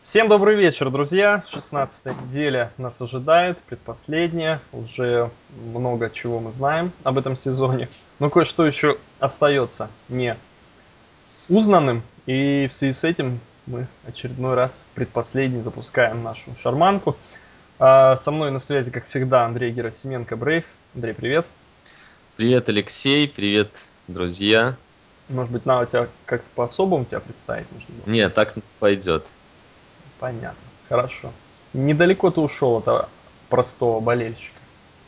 Всем добрый вечер, друзья. 16-я неделя нас ожидает, предпоследняя. Уже много чего мы знаем об этом сезоне. Но кое-что еще остается не узнанным. И в связи с этим мы очередной раз предпоследний запускаем нашу шарманку. Со мной на связи, как всегда, Андрей Герасименко, Брейв. Андрей, привет. Привет, Алексей, привет, друзья. Может быть, надо тебя как-то по-особому тебя представить нужно было? Не, так пойдет. Понятно. Хорошо. Недалеко ты ушел от простого болельщика.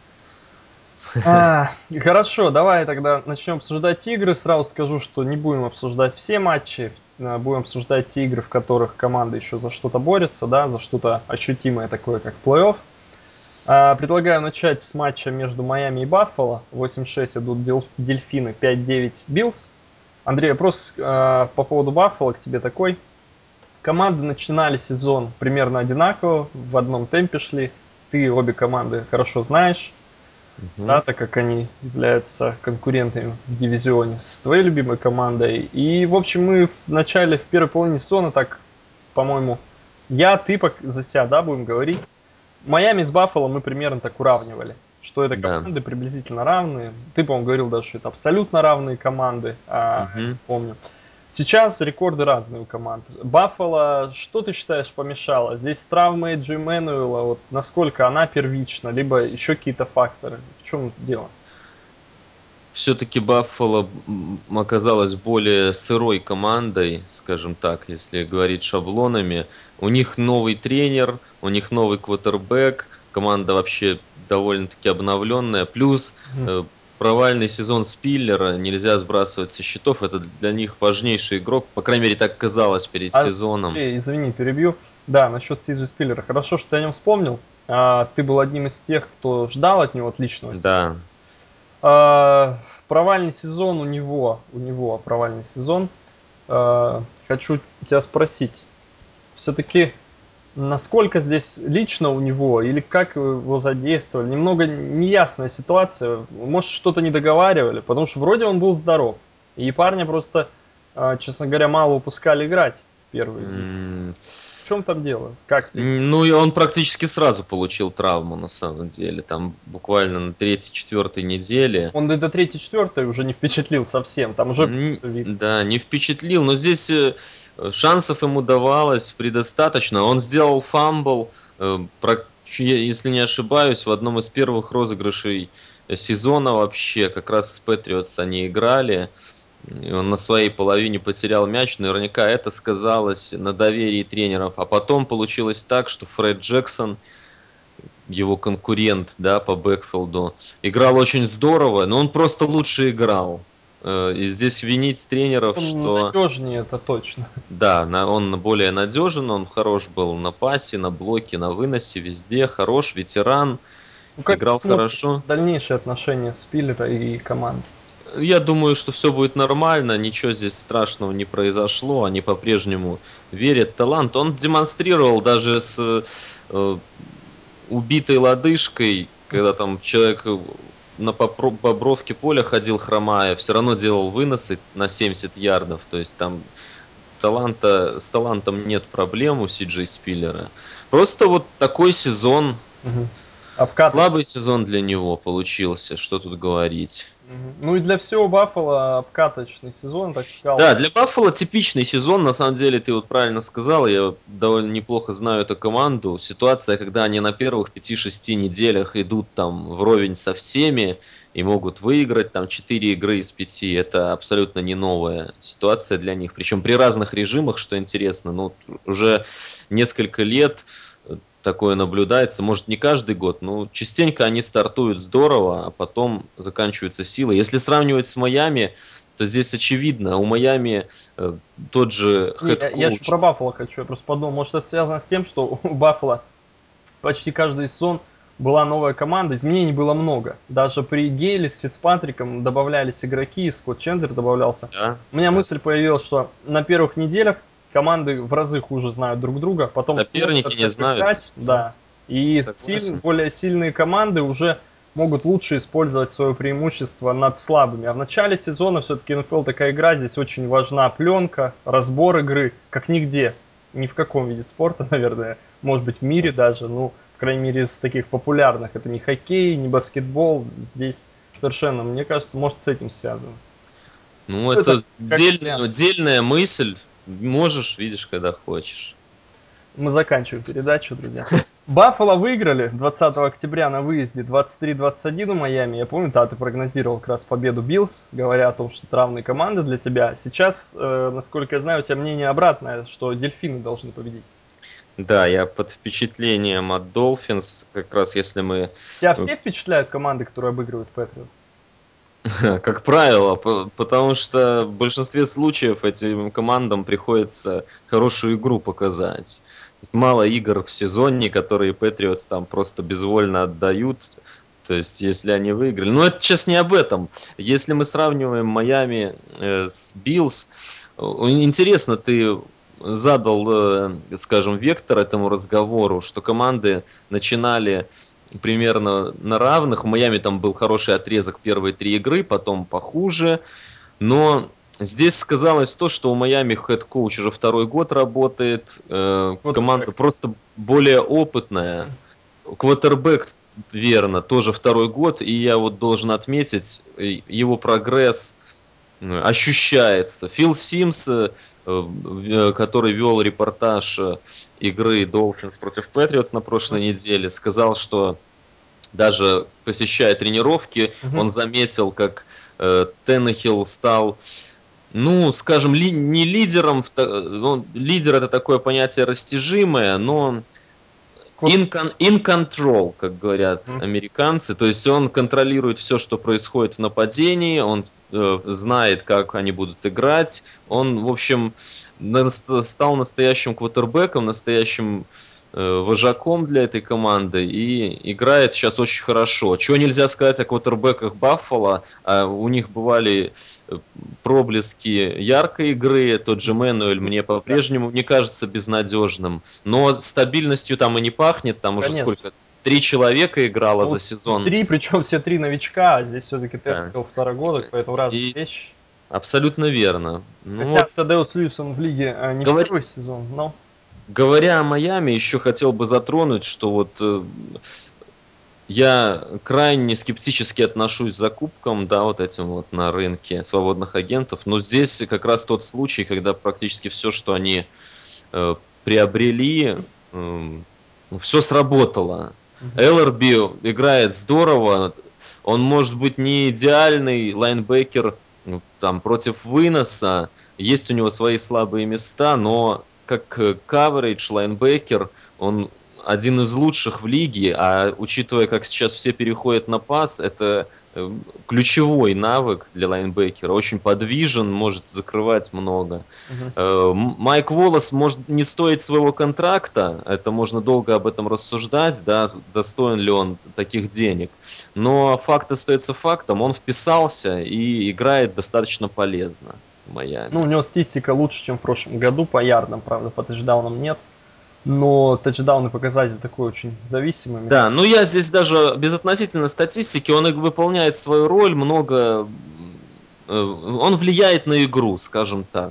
Хорошо, давай тогда начнем обсуждать игры. Сразу скажу, что не будем обсуждать все матчи, будем обсуждать те игры, в которых команда еще за что-то борется, да, за что-то ощутимое такое, как плей-офф. Предлагаю начать с матча между Майами и Баффало. 8-6 идут Дельфины, 5-9 Биллс. Андрей, вопрос по поводу Баффало к тебе такой. Команды начинали сезон примерно одинаково, в одном темпе шли. Ты обе команды хорошо знаешь, да, Мгм. так как они являются конкурентами в дивизионе с твоей любимой командой. И, в общем, мы в первой половине сезона, так, по-моему, ты за себя, да, будем говорить. Майами с Баффало мы примерно так уравнивали, что это Да. команды приблизительно равные. Ты, по-моему, говорил даже, что это абсолютно равные команды, не Мгм. помню. Сейчас рекорды разные у команд. Баффало, что ты считаешь помешало? Здесь травма Эджи Мэнуэла, вот насколько она первична, либо еще какие-то факторы? В чем дело? Все-таки Баффало оказалась более сырой командой, скажем так, если говорить шаблонами. У них новый тренер, у них новый квотербек, команда вообще довольно-таки обновленная. Плюс Мгм. провальный сезон Спиллера нельзя сбрасывать со счетов. Это для них важнейший игрок, по крайней мере, так казалось перед сезоном. Извини, перебью. Да, насчет Сиджи Спиллера. Хорошо, что ты о нем вспомнил. Ты был одним из тех, кто ждал от него отличного сезона. Да. Провальный сезон у него провальный сезон. Хочу тебя спросить, все-таки насколько здесь лично у него или как его задействовали? Немного неясная ситуация. Может, что-то не договаривали, потому что вроде он был здоров. И парня просто, честно говоря, мало упускали играть в первые дни. В чем там дело? Как ты? Ну и он практически сразу получил травму на самом деле. Там буквально на третьей-четвертой неделе. Он до третьей-четвертой уже не впечатлил совсем. Там уже всё видно. Да, не впечатлил, но здесь шансов ему давалось предостаточно. Он сделал фамбл, если не ошибаюсь, в одном из первых розыгрышей сезона вообще, как раз с Патриотс они играли. И он на своей половине потерял мяч, наверняка это сказалось на доверии тренеров. А потом получилось так, что Фред Джексон, его конкурент, да, по бэкфилду, играл очень здорово, но он просто лучше играл. И здесь винить тренеров, Он что надежнее, это точно. да, он более надежен, он хорош был на пасе, на блоке, на выносе, везде, хорош, ветеран, Ну, как ты играл смотришь хорошо. дальнейшие отношения Спиллера и команды? Я думаю, что все будет нормально, ничего здесь страшного не произошло, они по-прежнему верят в талант. Он демонстрировал даже с э, убитой лодыжкой, когда там человек на бобровке поля ходил хромая, все равно делал выносы на 70 ярдов, то есть там с талантом нет проблем у Си Джей Спиллера. Просто вот такой сезон, Мгм. Обкатывать. слабый сезон для него получился, что тут говорить. Мгм. Ну и для всего Баффала обкаточный сезон, так сказал. Да, для Баффало типичный сезон, на самом деле, ты вот правильно сказал, я довольно неплохо знаю эту команду. Ситуация, когда они на первых 5-6 неделях идут там вровень со всеми и могут выиграть там 4 игры из 5, это абсолютно не новая ситуация для них. Причем при разных режимах, что интересно, ну, уже несколько лет такое наблюдается, может не каждый год, но частенько они стартуют здорово, а потом заканчиваются силы. Если сравнивать с Майами, то здесь очевидно, у Майами тот же Не, я еще хед-коуч. про Баффало хочу. Я просто подумал, может это связано с тем, что у Баффала почти каждый сезон была новая команда, изменений было много. Даже при Гейле с Фицпатриком добавлялись игроки, Скотт Чендлер добавлялся. Да, У меня да. мысль появилась, что на первых неделях команды в разы хуже знают друг друга, потом Соперники смотрят, не как знают. играть, Мгм. да. И Согласен. более сильные команды уже могут лучше использовать свое преимущество над слабыми. А в начале сезона все-таки НФЛ такая игра, здесь очень важна пленка, разбор игры, как нигде. ни в каком виде спорта, наверное, может быть в мире даже, ну, по крайней мере, из таких популярных. Это не хоккей, не баскетбол, здесь совершенно, мне кажется, может с этим связано. Ну, Ну, это это как вариант. отдельная мысль. Можешь, видишь, когда хочешь. Мы заканчиваем передачу, друзья. Баффало выиграли 20 октября на выезде 23-21 у Майами. Я помню, да, ты прогнозировал как раз победу Биллс, говоря о том, что это равные команды для тебя. Сейчас, насколько я знаю, у тебя мнение обратное, что дельфины должны победить. Да, я под впечатлением от Dolphins, как раз если мы, Тебя э, все впечатляют команды, которые обыгрывают Патриотс? как правило, потому что в большинстве случаев этим командам приходится хорошую игру показать. Мало игр в сезоне, которые Патриотс там просто безвольно отдают. То есть, если они выиграли. Но это сейчас не об этом. Если мы сравниваем Майами с Биллс, интересно, ты задал, скажем, вектор этому разговору, что команды начинали примерно на равных. В Майами там был хороший отрезок первые три игры, потом похуже. Но здесь сказалось то, что у Майами хед-коуч уже второй год работает, команда Квотербек. просто более опытная. Квотербек, верно, тоже второй год, и я вот должен отметить, его прогресс ощущается. Фил Симс, который вел репортаж игры Dolphins против Патриотс на прошлой неделе, сказал, что даже посещая тренировки, Мгм. он заметил, как Теннехилл стал, ну, скажем, не лидером, лидер это такое понятие растяжимое, но Квот- in control, как говорят Мгм. американцы, то есть он контролирует все, что происходит в нападении, он знает, как они будут играть, он, в общем, стал настоящим квотербеком, настоящим вожаком для этой команды и играет сейчас очень хорошо. Чего нельзя сказать о квотербеках Баффало, у них бывали э, проблески яркой игры, тот же Мэнуэль Ну, мне да, по-прежнему не кажется безнадежным, но стабильностью там и не пахнет, там уже конечно. сколько, три человека играло за Ну, сезон. три, причем все три новичка, а здесь все-таки Да. Теннехилл второгодок, поэтому разные И вещи. абсолютно верно. Ну Хотя вот, Тадеус Льюисон в лиге не говоря, первый сезон, но говоря о Майами, еще хотел бы затронуть, что вот я крайне скептически отношусь к закупкам, да, вот этим вот на рынке свободных агентов, но здесь как раз тот случай, когда практически все, что они э, приобрели, все сработало. мгм. Эллерби играет здорово, он может быть не идеальный лайнбекер там против выноса, есть у него свои слабые места, но как coverage лайнбекер он один из лучших в лиге, а учитывая, как сейчас все переходят на пас, это ключевой навык для лайнбекера. Очень подвижен, может закрывать много. Мгм. Майк Волос может не стоить своего контракта, это можно долго об этом рассуждать, да, достоин ли он таких денег. Но факт остается фактом, он вписался и играет достаточно полезно в Ну, у Майами. него статистика лучше, чем в прошлом году по ярдам, правда, по тачдаунам нет. Но тачдауны показатель такой очень зависимый. Мне Да, ну я здесь даже безотносительно статистики, он и выполняет свою роль, много, он влияет на игру, скажем так.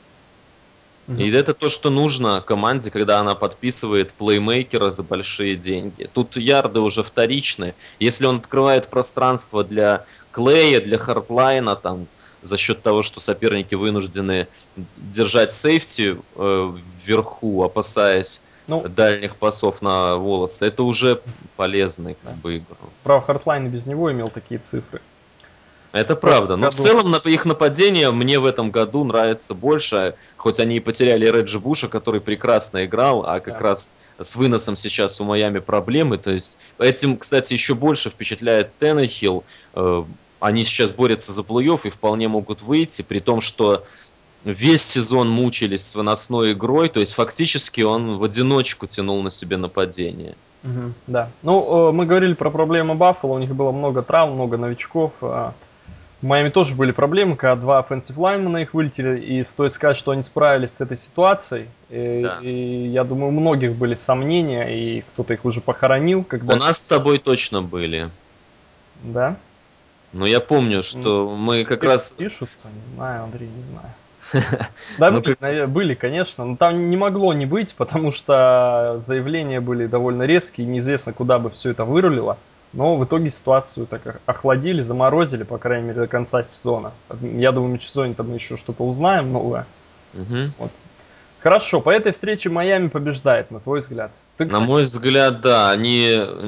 Мгм. И это то, что нужно команде, когда она подписывает плеймейкера за большие деньги. Тут ярды уже вторичны. Если он открывает пространство для Клея, для Хардлайна, там, за счет того, что соперники вынуждены держать сейфти вверху, опасаясь Ну, дальних пасов на волосы, это уже полезный как да. бы игру. Право, Хартлайн и без него имел такие цифры. Это В прошлом правда. Но в году. целом их нападение мне в этом году нравится больше. Хоть они и потеряли Реджи Буша, который прекрасно играл, а как Да. раз с выносом сейчас у Майами проблемы. То есть этим, кстати, еще больше впечатляет Теннехилл. Они сейчас борются за плей-офф и вполне могут выйти, при том, что весь сезон мучились с выносной игрой. То есть фактически он в одиночку тянул на себе нападение. Мгм, да. Ну, мы говорили про проблемы Баффало, у них было много травм, много новичков. В Майами тоже были проблемы, когда два offensive linemen их вылетели, и стоит сказать, что они справились с этой ситуацией. Да. И я думаю, у многих были сомнения, и кто-то их уже похоронил, У когда... нас с тобой точно были. Да? Но я помню, Ну, что мы как раз пишутся, не знаю, Андрей, не знаю. Да, Ну, как... были, конечно, но там не могло не быть, потому что заявления были довольно резкие, неизвестно, куда бы все это вырулило. Но в итоге ситуацию так охладили, заморозили, по крайней мере, до конца сезона. Я думаю, в межсезонье там мы еще что-то узнаем новое. Мгм. Вот. Хорошо, по этой встрече Майами побеждает, на твой взгляд. Ты, На кстати, мой взгляд, да, они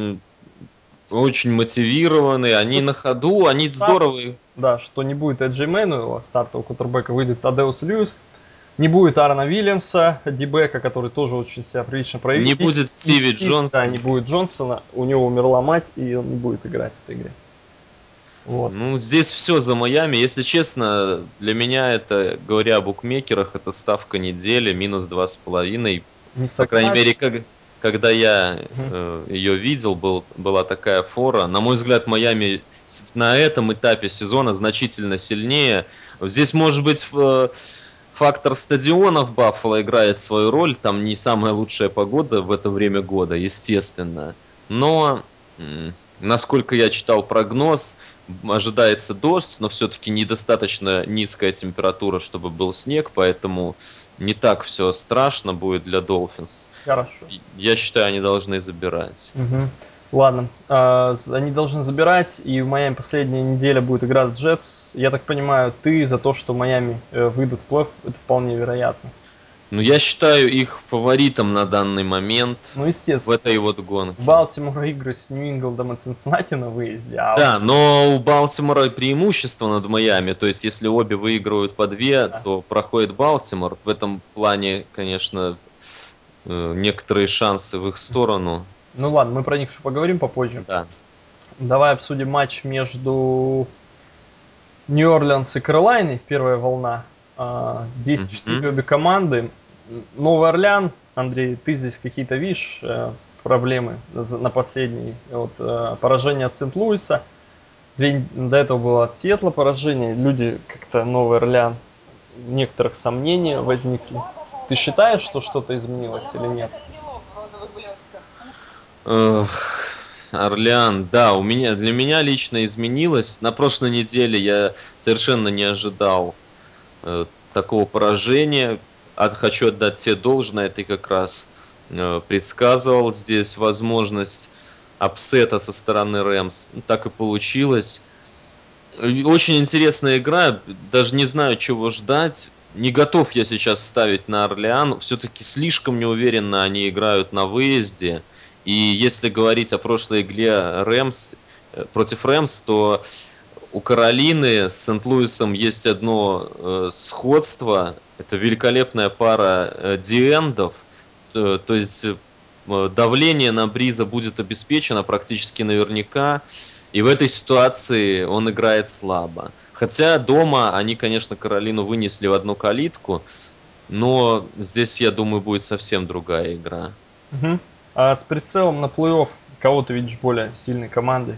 очень мотивированы, они на ходу, они здоровые. да, что не будет Эджи Мэнуэла, стартового кутербека, выйдет Тадеус Льюис, не будет Аарона Вильямса, дибека, который тоже очень себя прилично проявил, Не будет Стиви да, Джонсон. не будет Джонсона, у него умерла мать, и он не будет играть в этой игре. Вот. Ну, здесь все за Майами. Если честно, для меня это, говоря о букмекерах, это ставка недели, минус 2,5. Не По крайней согласен. мере, когда я Мгм. ее видел, была такая фора. На мой взгляд, Майами на этом этапе сезона значительно сильнее. Здесь, может быть, фактор стадиона в Баффало играет свою роль. Там не самая лучшая погода в это время года, естественно. Но, насколько я читал прогноз, ожидается дождь, но все-таки недостаточно низкая температура, чтобы был снег, поэтому не так все страшно будет для Dolphins. Хорошо. Я считаю, они должны забирать. Мгм. Ладно, они должны забирать, и в Майами последняя неделя будет игра с Джетс. Я так понимаю, ты за то, что Майами выйдут в плей-офф, это вполне вероятно. Но я считаю их фаворитом на данный момент Ну, в естественно. этой вот В гонке. Балтимор игры с Нью-Инглдом и Цинциннати на выезде, а Да, но у Балтимора преимущество над Майами, то есть если обе выигрывают по две, да. то проходит Балтимор. В этом плане, конечно, некоторые шансы в их сторону. Ну ладно, мы про них еще поговорим попозже. Да. Давай обсудим матч между Нью-Орлеанс и Каролайной, первая волна. 10-4 Мгм. обе команды. Новый Орлеан, Андрей, ты здесь какие-то видишь проблемы на последней? Вот, поражение от Сент-Луиса. До этого было от Сиэтла поражение. Люди как-то Новый Орлеан, некоторых сомнений возникли. Ты считаешь, что что-то изменилось или нет? Орлеан, да, для меня лично изменилось. На прошлой неделе я совершенно не ожидал такого поражения. Хочу отдать тебе должное, ты как раз предсказывал здесь возможность апсета со стороны Рэмс. Ну, так и получилось. Очень интересная игра, даже не знаю, чего ждать. Не готов я сейчас ставить на Орлеан. Все-таки слишком неуверенно они играют на выезде. И если говорить о прошлой игре против Рэмс, то у Каролины с Сент-Луисом есть одно сходство. Это великолепная пара диэндов. То есть давление на Бриза будет обеспечено практически наверняка. И в этой ситуации он играет слабо. Хотя дома они, конечно, Каролину вынесли в одну калитку, но здесь, я думаю, будет совсем другая игра. Мгм. А с прицелом на плей-офф кого ты видишь более сильной командой?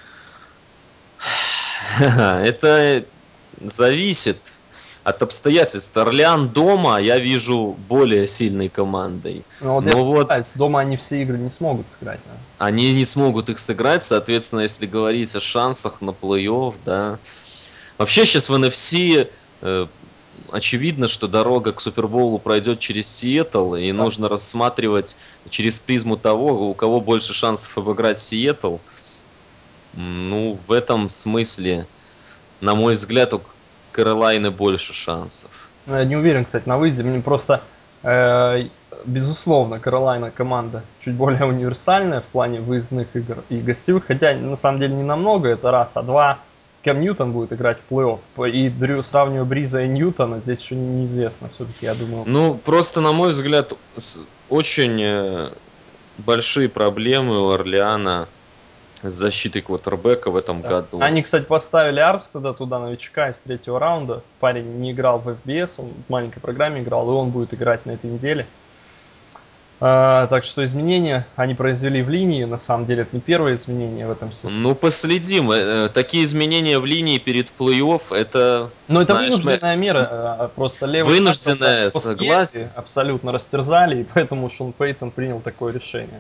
Это зависит от обстоятельств. Орлеан дома я вижу более сильной командой. Ну вот я Но вот сомневаюсь, дома они все игры не смогут сыграть, наверно. они не смогут их сыграть, соответственно, если говорить о шансах на плей-офф, да. Вообще сейчас в NFC очевидно, что дорога к Супербоулу пройдет через Сиэтл, и Да. нужно рассматривать через призму того, у кого больше шансов обыграть Сиэтл. Ну, в этом смысле, на мой взгляд, у Каролайны больше шансов. Ну, я не уверен, кстати, на выезде. Мне просто, э, безусловно, Каролайна команда чуть более универсальная в плане выездных игр и гостевых, хотя на самом деле не намного, это раз, а два, Кэм Ньютон будет играть в плей-офф. И сравниваю Бриза и Ньютона, здесь еще неизвестно все-таки, я думаю. Ну, просто, на мой взгляд, очень большие проблемы у Орлеана с защитой квотербека в этом Да. году. Они, кстати, поставили Армстеда туда, новичка из третьего раунда. Парень не играл в FBS, он в маленькой программе играл, и он будет играть на этой неделе. Так что изменения они произвели в линии. На самом деле это не первое изменение в этом сезоне. Ну, последим. Такие изменения в линии перед плей-офф, это, Но это знаешь, вынужденная мера. Просто левый такл вынужденная, по съезде согласен. абсолютно растерзали, и поэтому Шон Пейтон принял такое решение.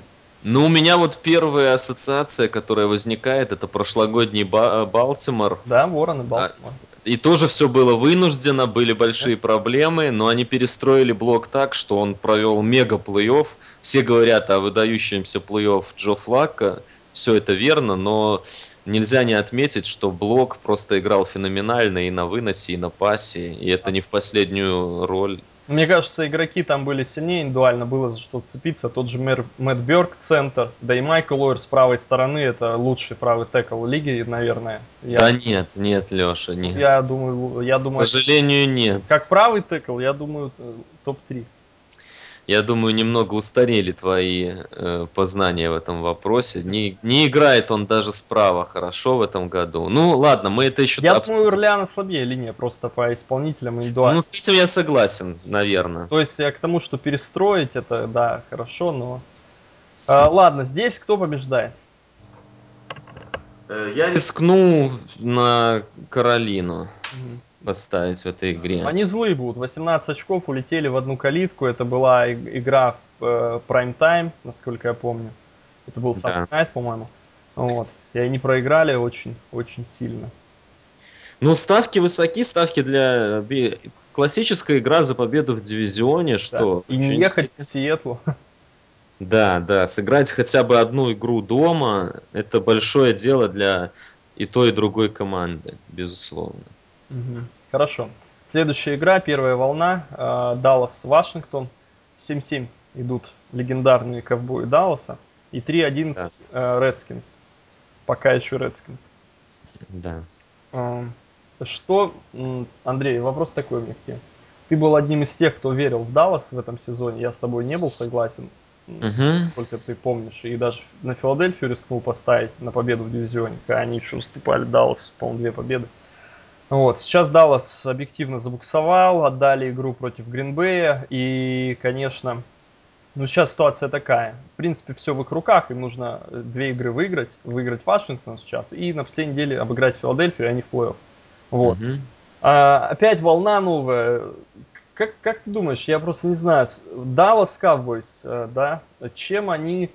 Ну, у меня вот первая ассоциация, которая возникает, это прошлогодний Балтимор. Да, Ворон и А, Балтимор. И тоже все было вынуждено, были большие проблемы, но они перестроили блок так, что он провел мега плей-офф. Все говорят о выдающемся плей-офф Джо Флакко, все это верно, но нельзя не отметить, что блок просто играл феноменально и на выносе, и на пасе, и это не в последнюю роль. Мне кажется, игроки там были сильнее, индивидуально было за что зацепиться. Тот же Мэтт Бёрк, центр, да и Майкл Лойер с правой стороны, это лучший правый текл лиги, наверное. Да нет, нет, Леша, нет. Я К думаю, сожалению, нет. как правый текл, я думаю, топ-3. Я думаю, немного устарели твои познания в этом вопросе. Не играет он даже справа хорошо в этом году. Ну, ладно, мы это еще Я думаю, у обсудим. Орлеана слабее линия просто по исполнителям индивидуально. Ну, с этим я согласен, наверное. То есть к тому, что перестроить, это, да, хорошо, но... ладно, здесь кто побеждает? Я рискну на Каролину Мгм. поставить в этой игре. Они злые будут. 18 очков улетели в одну калитку. Это была игра в прайм-тайм, насколько я помню. Это был Sunday Да. Night, по-моему. Вот. И они проиграли очень, очень сильно. Ну, ставки высоки, ставки для классическая игра за победу в дивизионе, Да. что И не очень ехать к интересно. Сиэтлу. Да, да, сыграть хотя бы одну игру дома – это большое дело для и той, и другой команды, безусловно. Мгм. Хорошо. Следующая игра, первая волна. Даллас-Вашингтон. 7-7 идут легендарные ковбои Далласа. И 3-11 Да, Редскинс. Пока еще Редскинс. да. Ам, Что, Андрей, вопрос такой мне к тебе. Ты был одним из тех, кто верил в Даллас в этом сезоне. Я с тобой не был согласен, Мгм. сколько ты помнишь. И даже на Филадельфию рискнул поставить на победу в дивизионе, когда они еще уступали Далласу, по-моему, 2 победы. Вот. Сейчас Даллас объективно забуксовал, отдали игру против Гринбея. И, конечно, ну сейчас ситуация такая. В принципе, все в их руках. Им нужно 2 игры выиграть. Выиграть Вашингтон сейчас. И на последней неделе обыграть Филадельфию, и они в плей-офф. Вот. Мгм. Опять волна новая. Как ты думаешь, я просто не знаю, Dallas Cowboys, да, чем они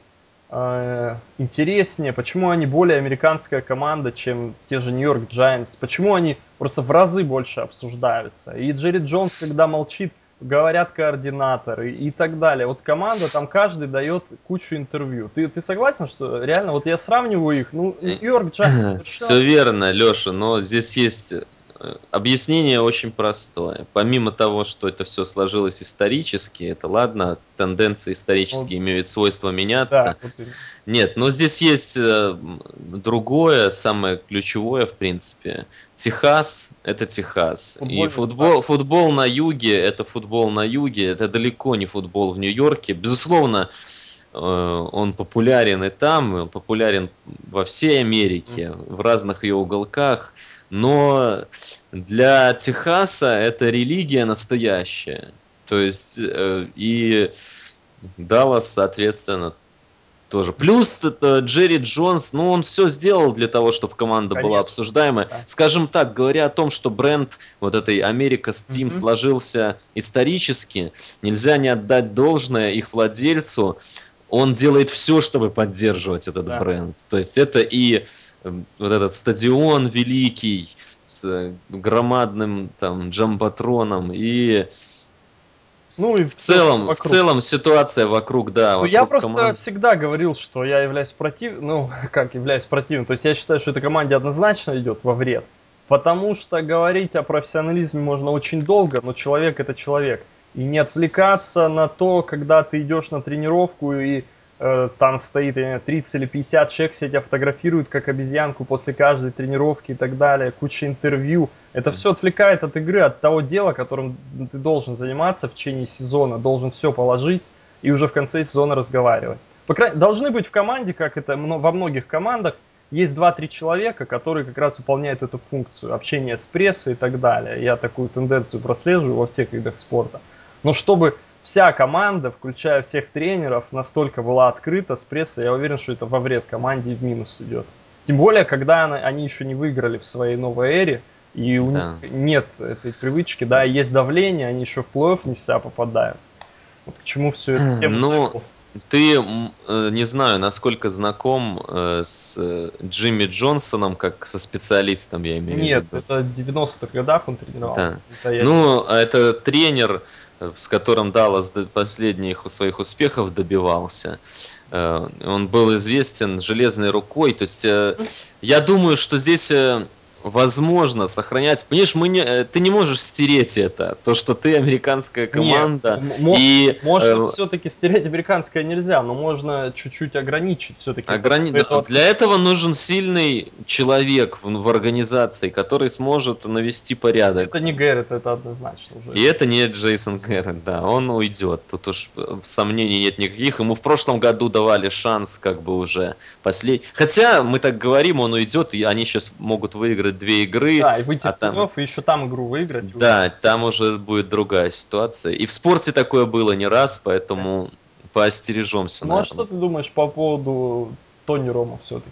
интереснее, почему они более американская команда, чем те же Нью-Йорк Giants, почему они просто в разы больше обсуждаются. И Джерри Джонс, когда молчит, говорят координаторы и так далее. Вот команда, там каждый дает кучу интервью. Ты согласен, что реально, вот я сравниваю их, ну, Нью-Йорк Giants, что? Все верно, Леша, но здесь есть объяснение очень простое. Помимо того, что это все сложилось исторически, это ладно, тенденции Ну, исторически имеют свойство да, меняться. вот именно. Нет, но здесь есть другое, самое ключевое, в принципе. Техас – это Техас. И Футбольный стадион. футбол на юге – это футбол на юге, это далеко не футбол в Нью-Йорке. Безусловно, он популярен и там, он популярен во всей Америке, в разных ее уголках. Но для Техаса это религия настоящая. То есть, и Даллас, соответственно, тоже. Плюс Джерри Джонс, ну, он все сделал для того, чтобы команда была Конечно, обсуждаемая. да. Скажем так, говоря о том, что бренд вот этой America's Team Мгм. сложился исторически, нельзя не отдать должное их владельцу. Он делает все, чтобы поддерживать этот Да. бренд. То есть это и вот этот стадион великий с громадным там джамбатроном, и Ну и в все, что целом, в вокруг. целом ситуация вокруг, да, Ну, я вокруг просто команд. всегда говорил, что я являюсь против, ну, как являюсь противным. То есть я считаю, что эта команде однозначно идет во вред. Потому что говорить о профессионализме можно очень долго, но человек это человек. И не отвлекаться на то, когда ты идешь на тренировку и там стоит, я не знаю, 30 или 50 человек, все тебя фотографируют как обезьянку после каждой тренировки и так далее, куча интервью. Это все отвлекает от игры, от того дела, которым ты должен заниматься в течение сезона, должен все положить и уже в конце сезона разговаривать. Должны быть в команде, как это во многих командах, есть 2-3 человека, которые как раз выполняют эту функцию общения с прессой и так далее. Я такую тенденцию прослеживаю во всех видах спорта. Но чтобы вся команда, включая всех тренеров, настолько была открыта с прессой, я уверен, что это во вред команде и в минус идет. Тем более, когда они еще не выиграли в своей новой эре, и у них Да. нет этой привычки, да, есть давление, они еще в плей-офф не вся попадают. Вот к чему всю эту тему Ну, завел. Ты, не знаю, насколько знаком с Джимми Джонсоном, как со специалистом, я имею в Нет, виду. это в 90-х годах он тренировал. Да. Это я не... Ну, а это тренер, с которым Даллас до последних своих успехов добивался. Он был известен железной рукой. То есть, я думаю, что здесь возможно сохранять. Понимаешь, ты не можешь стереть это. То, что ты американская Нет, команда. И может, все-таки стереть американское нельзя, но можно чуть-чуть ограничить все-таки эту Для этого нужен сильный человек в организации, который сможет навести Это порядок. не Гэррет, это однозначно уже. И это не Джейсон Гэррет, да, он уйдет. Тут уж сомнений нет никаких. Ему в прошлом году давали шанс, как бы уже последний. Хотя мы так говорим, он уйдет, и они сейчас могут выиграть 2 игры, Да, и выйти а в там, плей-офф, и еще там игру выиграть, и уйти. да, там уже будет другая ситуация. И в спорте такое было не раз, поэтому поостережемся, Ну а что наверное. ты думаешь по поводу Тони Рома все-таки?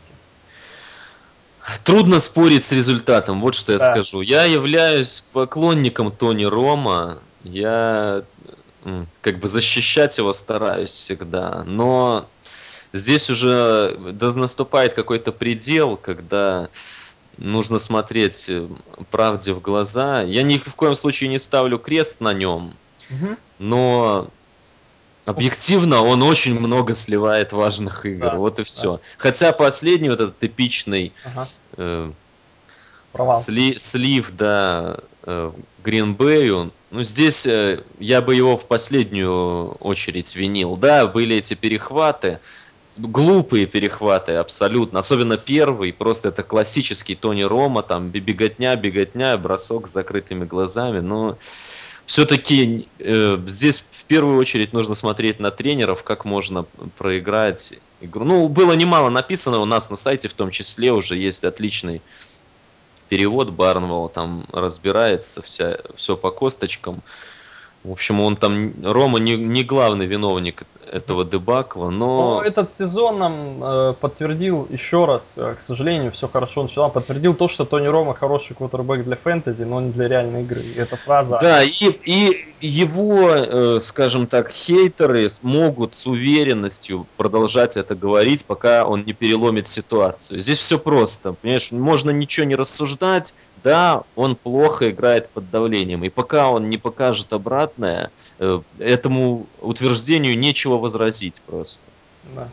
Трудно спорить с результатом, вот что я Да. скажу. Я являюсь поклонником Тони Рома, я как бы защищать его стараюсь всегда, но здесь уже наступает какой-то предел, когда нужно смотреть правде в глаза. Я ни в коем случае не ставлю крест на нем, Мгм. но Ну, объективно он очень много сливает важных игр, да, вот и да. все. Хотя последний вот этот эпичный Ага. э, Провал. слив, да, Гринбею, ну, здесь я бы его в последнюю очередь винил. Да, были эти перехваты, глупые перехваты абсолютно, особенно первый, просто это классический Тони Рома, там, беготня, беготня, бросок с закрытыми глазами, но все-таки здесь в первую очередь нужно смотреть на тренеров, как можно проиграть игру. Ну, было немало написано у нас на сайте, в том числе уже есть отличный перевод Барнвелла, там разбирается все по косточкам. В общем, он там, Рома не главный виновник этого дебакла, Но но этот сезон нам подтвердил еще раз, к сожалению, все хорошо начало, подтвердил то, что Тони Рома хороший квотербек для фэнтези, но не для реальной игры. И эта фраза, да, и его, скажем так, хейтеры могут с уверенностью продолжать это говорить, пока он не переломит ситуацию. Здесь все просто, понимаешь, можно ничего не рассуждать, да, он плохо играет под давлением, и пока он не покажет обратное, этому утверждению нечего возразить просто. да.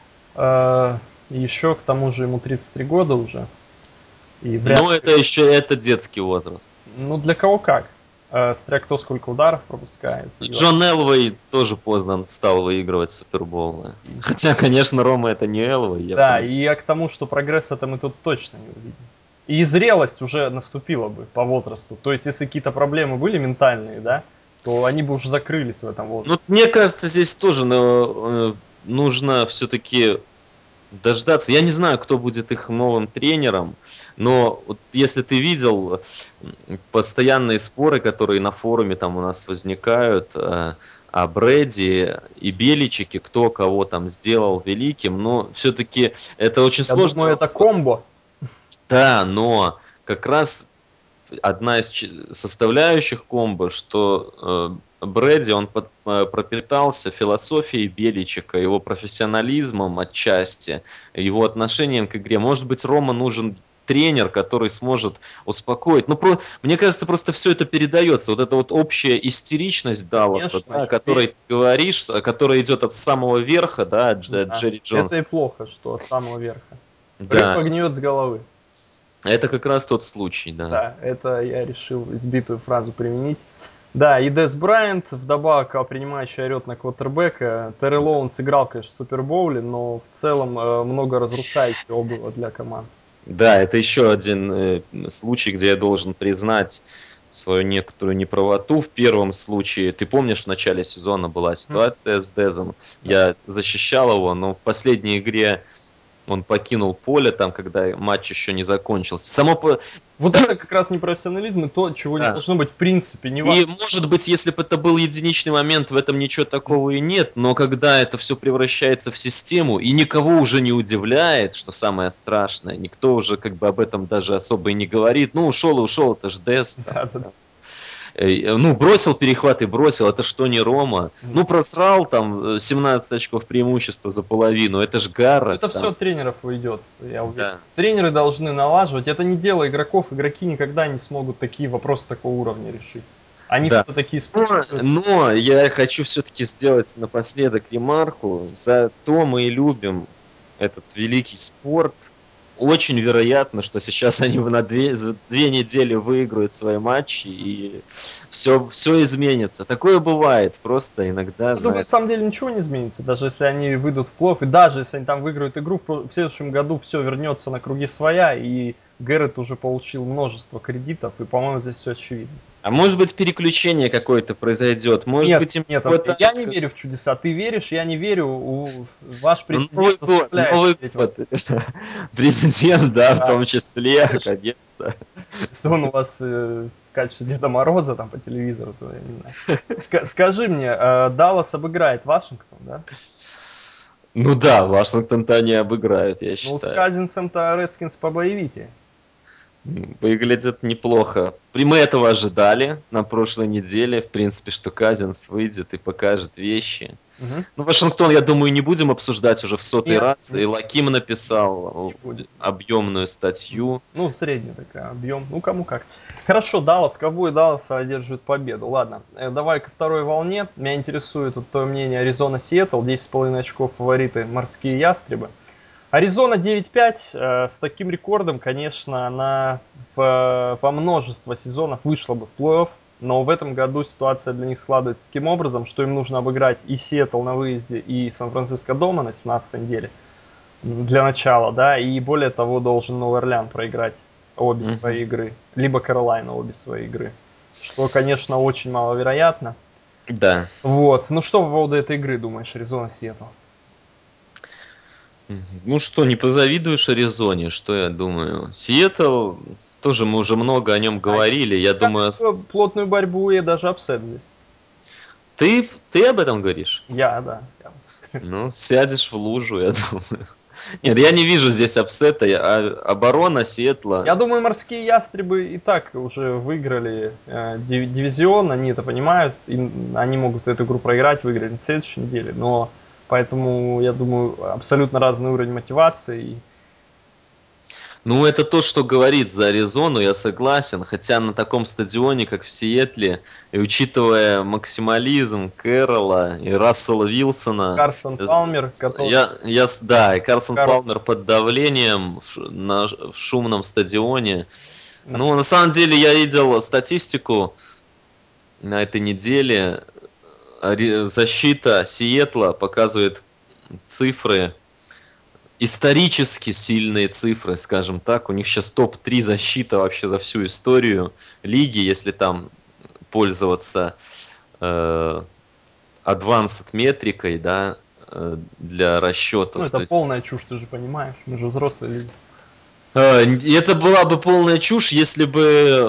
И еще к тому же ему 33 года уже. И вряд Но ли... это еще это детский возраст. Ну, для кого как. Смотря кто сколько ударов пропускает. И Джон Элвей тоже поздно стал выигрывать суперболы. Хотя, конечно, Рома это не Элвей, я да, понимаю. и к тому, что прогресса-то мы тут точно не увидим. И зрелость уже наступила бы по возрасту. То есть, если какие-то проблемы были ментальные, да, то они бы уже закрылись в этом возрасте. Ну, мне кажется, здесь тоже нужно все-таки дождаться. Я не знаю, кто будет их новым тренером, но вот если ты видел постоянные споры, которые на форуме там у нас возникают, о Брэди и Беличике, кто кого там сделал великим, но все-таки это очень Я сложный думаю, это вопрос. комбо. Да, но как раз одна из составляющих комбо, что Брэди, он пропитался философией Беличика, его профессионализмом отчасти, его отношением к игре. Может быть, Рома нужен тренер, который сможет успокоить. Ну, мне кажется, просто все это передается. Вот эта вот общая истеричность Далласа, Конечно, да, о и которой ты говоришь, которая идет от самого верха, да, от да. Джерри Это и Джонса. плохо, что от самого верха. Да, Рыба гниет с головы. это как раз тот случай, да. Да, это я решил избитую фразу применить. Да, и Дес Брайант, вдобавок принимающий орет на квотербека. Терри Лоуэн сыграл, конечно, в Супербоуле, но в целом много разрушающего было для команд. Да, это еще один случай, где я должен признать свою некоторую неправоту. В первом случае, ты помнишь, в начале сезона была Мгм. ситуация с Дезом, Да. я защищал его, но в последней игре он покинул поле, там, когда матч еще не закончился. Вот это как раз непрофессионализм и то, чего не Да. должно быть в принципе. Не И, важно. может быть, если бы это был единичный момент, в этом ничего такого и нет, но когда это все превращается в систему, и никого уже не удивляет, что самое страшное, никто уже как бы об этом даже особо и не говорит, ну, ушел и ушел, это ж Дес там. Да, да, Ну, бросил перехват и бросил, это что не Рома? Мгм. Ну, просрал там 17 очков преимущества за половину, это ж Гаррет Это все там. от тренеров уйдет, я уверен. Да. Тренеры должны налаживать. Это не дело игроков. Игроки никогда не смогут такие вопросы такого уровня решить. Они Да. все-таки Но, используют. но я хочу все-таки сделать напоследок ремарку. За то мы и любим этот великий спорт. Очень вероятно, что сейчас они за 2 недели выиграют свои матчи, и все изменится. Такое бывает, просто иногда, Я думаю, на знаешь. самом деле ничего не изменится, даже если они выйдут в плей-офф, и даже если они там выиграют игру, в следующем году все вернется на круги своя, и Гэррет уже получил множество кредитов, и, по-моему, здесь все очевидно. А может быть, переключение какое-то произойдет, может Нет, быть, им не нет, Андрей, я хватает. не верю в чудеса. Ты веришь, я не верю. Ваш Ну, президент заставляет Новый верить год. Президент, да, в вас. том числе, Конечно. конечно. Если он у вас в качестве Деда Мороза там по телевизору, то я не знаю. Скажи мне, Даллас обыграет Вашингтон, да? Ну да, Вашингтон-то они обыграют, я Ну, с считаю. Казинцем-то Редскинс побоевите. Выглядит неплохо. Мы этого ожидали на прошлой неделе, в принципе, что Казинс выйдет и покажет вещи. Мгм. Ну, Вашингтон, я думаю, не будем обсуждать уже в сотый Нет, раз. И нет, Лаким не написал будем. объемную статью. Ну, средний такой объем. Ну, кому как. Хорошо, Даллас. Ковбой Далласа одерживает победу. Ладно, давай ко второй волне. Меня интересует вот твое мнение Аризона-Сиэтл. 10,5 очков фавориты морские ястребы. Аризона 9-5. С таким рекордом, конечно, она во множество сезонов вышла бы в плей-офф. Но в этом году ситуация для них складывается таким образом, что им нужно обыграть и Сиэтл на выезде, и Сан-Франциско дома на 17 неделе для начала, да, и более того должен Новый Орлеан проиграть обе Мгм. свои игры, либо Каролайна обе свои игры, что, конечно, очень маловероятно. Да. Вот, ну что по поводу этой игры думаешь, Аризона-Сиэтл? Ну что, не позавидуешь Аризоне, что я думаю. Сиэтл, тоже мы уже много о нем А говорили. Я я думаю, вижу плотную борьбу и даже апсет здесь. ты об этом говоришь? Я, да. Ну, сядешь в лужу, я думаю. Нет, я не вижу здесь апсета. Оборона Я Сиэтла. думаю, морские ястребы и так уже выиграли дивизион, они это понимают, и они могут эту игру проиграть, выиграть на следующей неделе, но поэтому, я думаю, абсолютно разный уровень мотивации. Ну, это то, что говорит за Аризону, я согласен. Хотя на таком стадионе, как в Сиэтле, и учитывая максимализм Кэрролла и Рассела Вилсона, Карсон Палмер, который да, и Карсон хорош. Палмер под давлением в шумном стадионе. Ну, на самом деле, я видел статистику на этой неделе. Защита Сиэтла показывает цифры, исторически сильные цифры, скажем так. У них сейчас топ-3 защита вообще за всю историю лиги, если там пользоваться э, advanced метрикой, да, для Ну, расчетов. это То есть полная чушь, ты же понимаешь, мы же взрослые люди. и это была бы полная чушь, если бы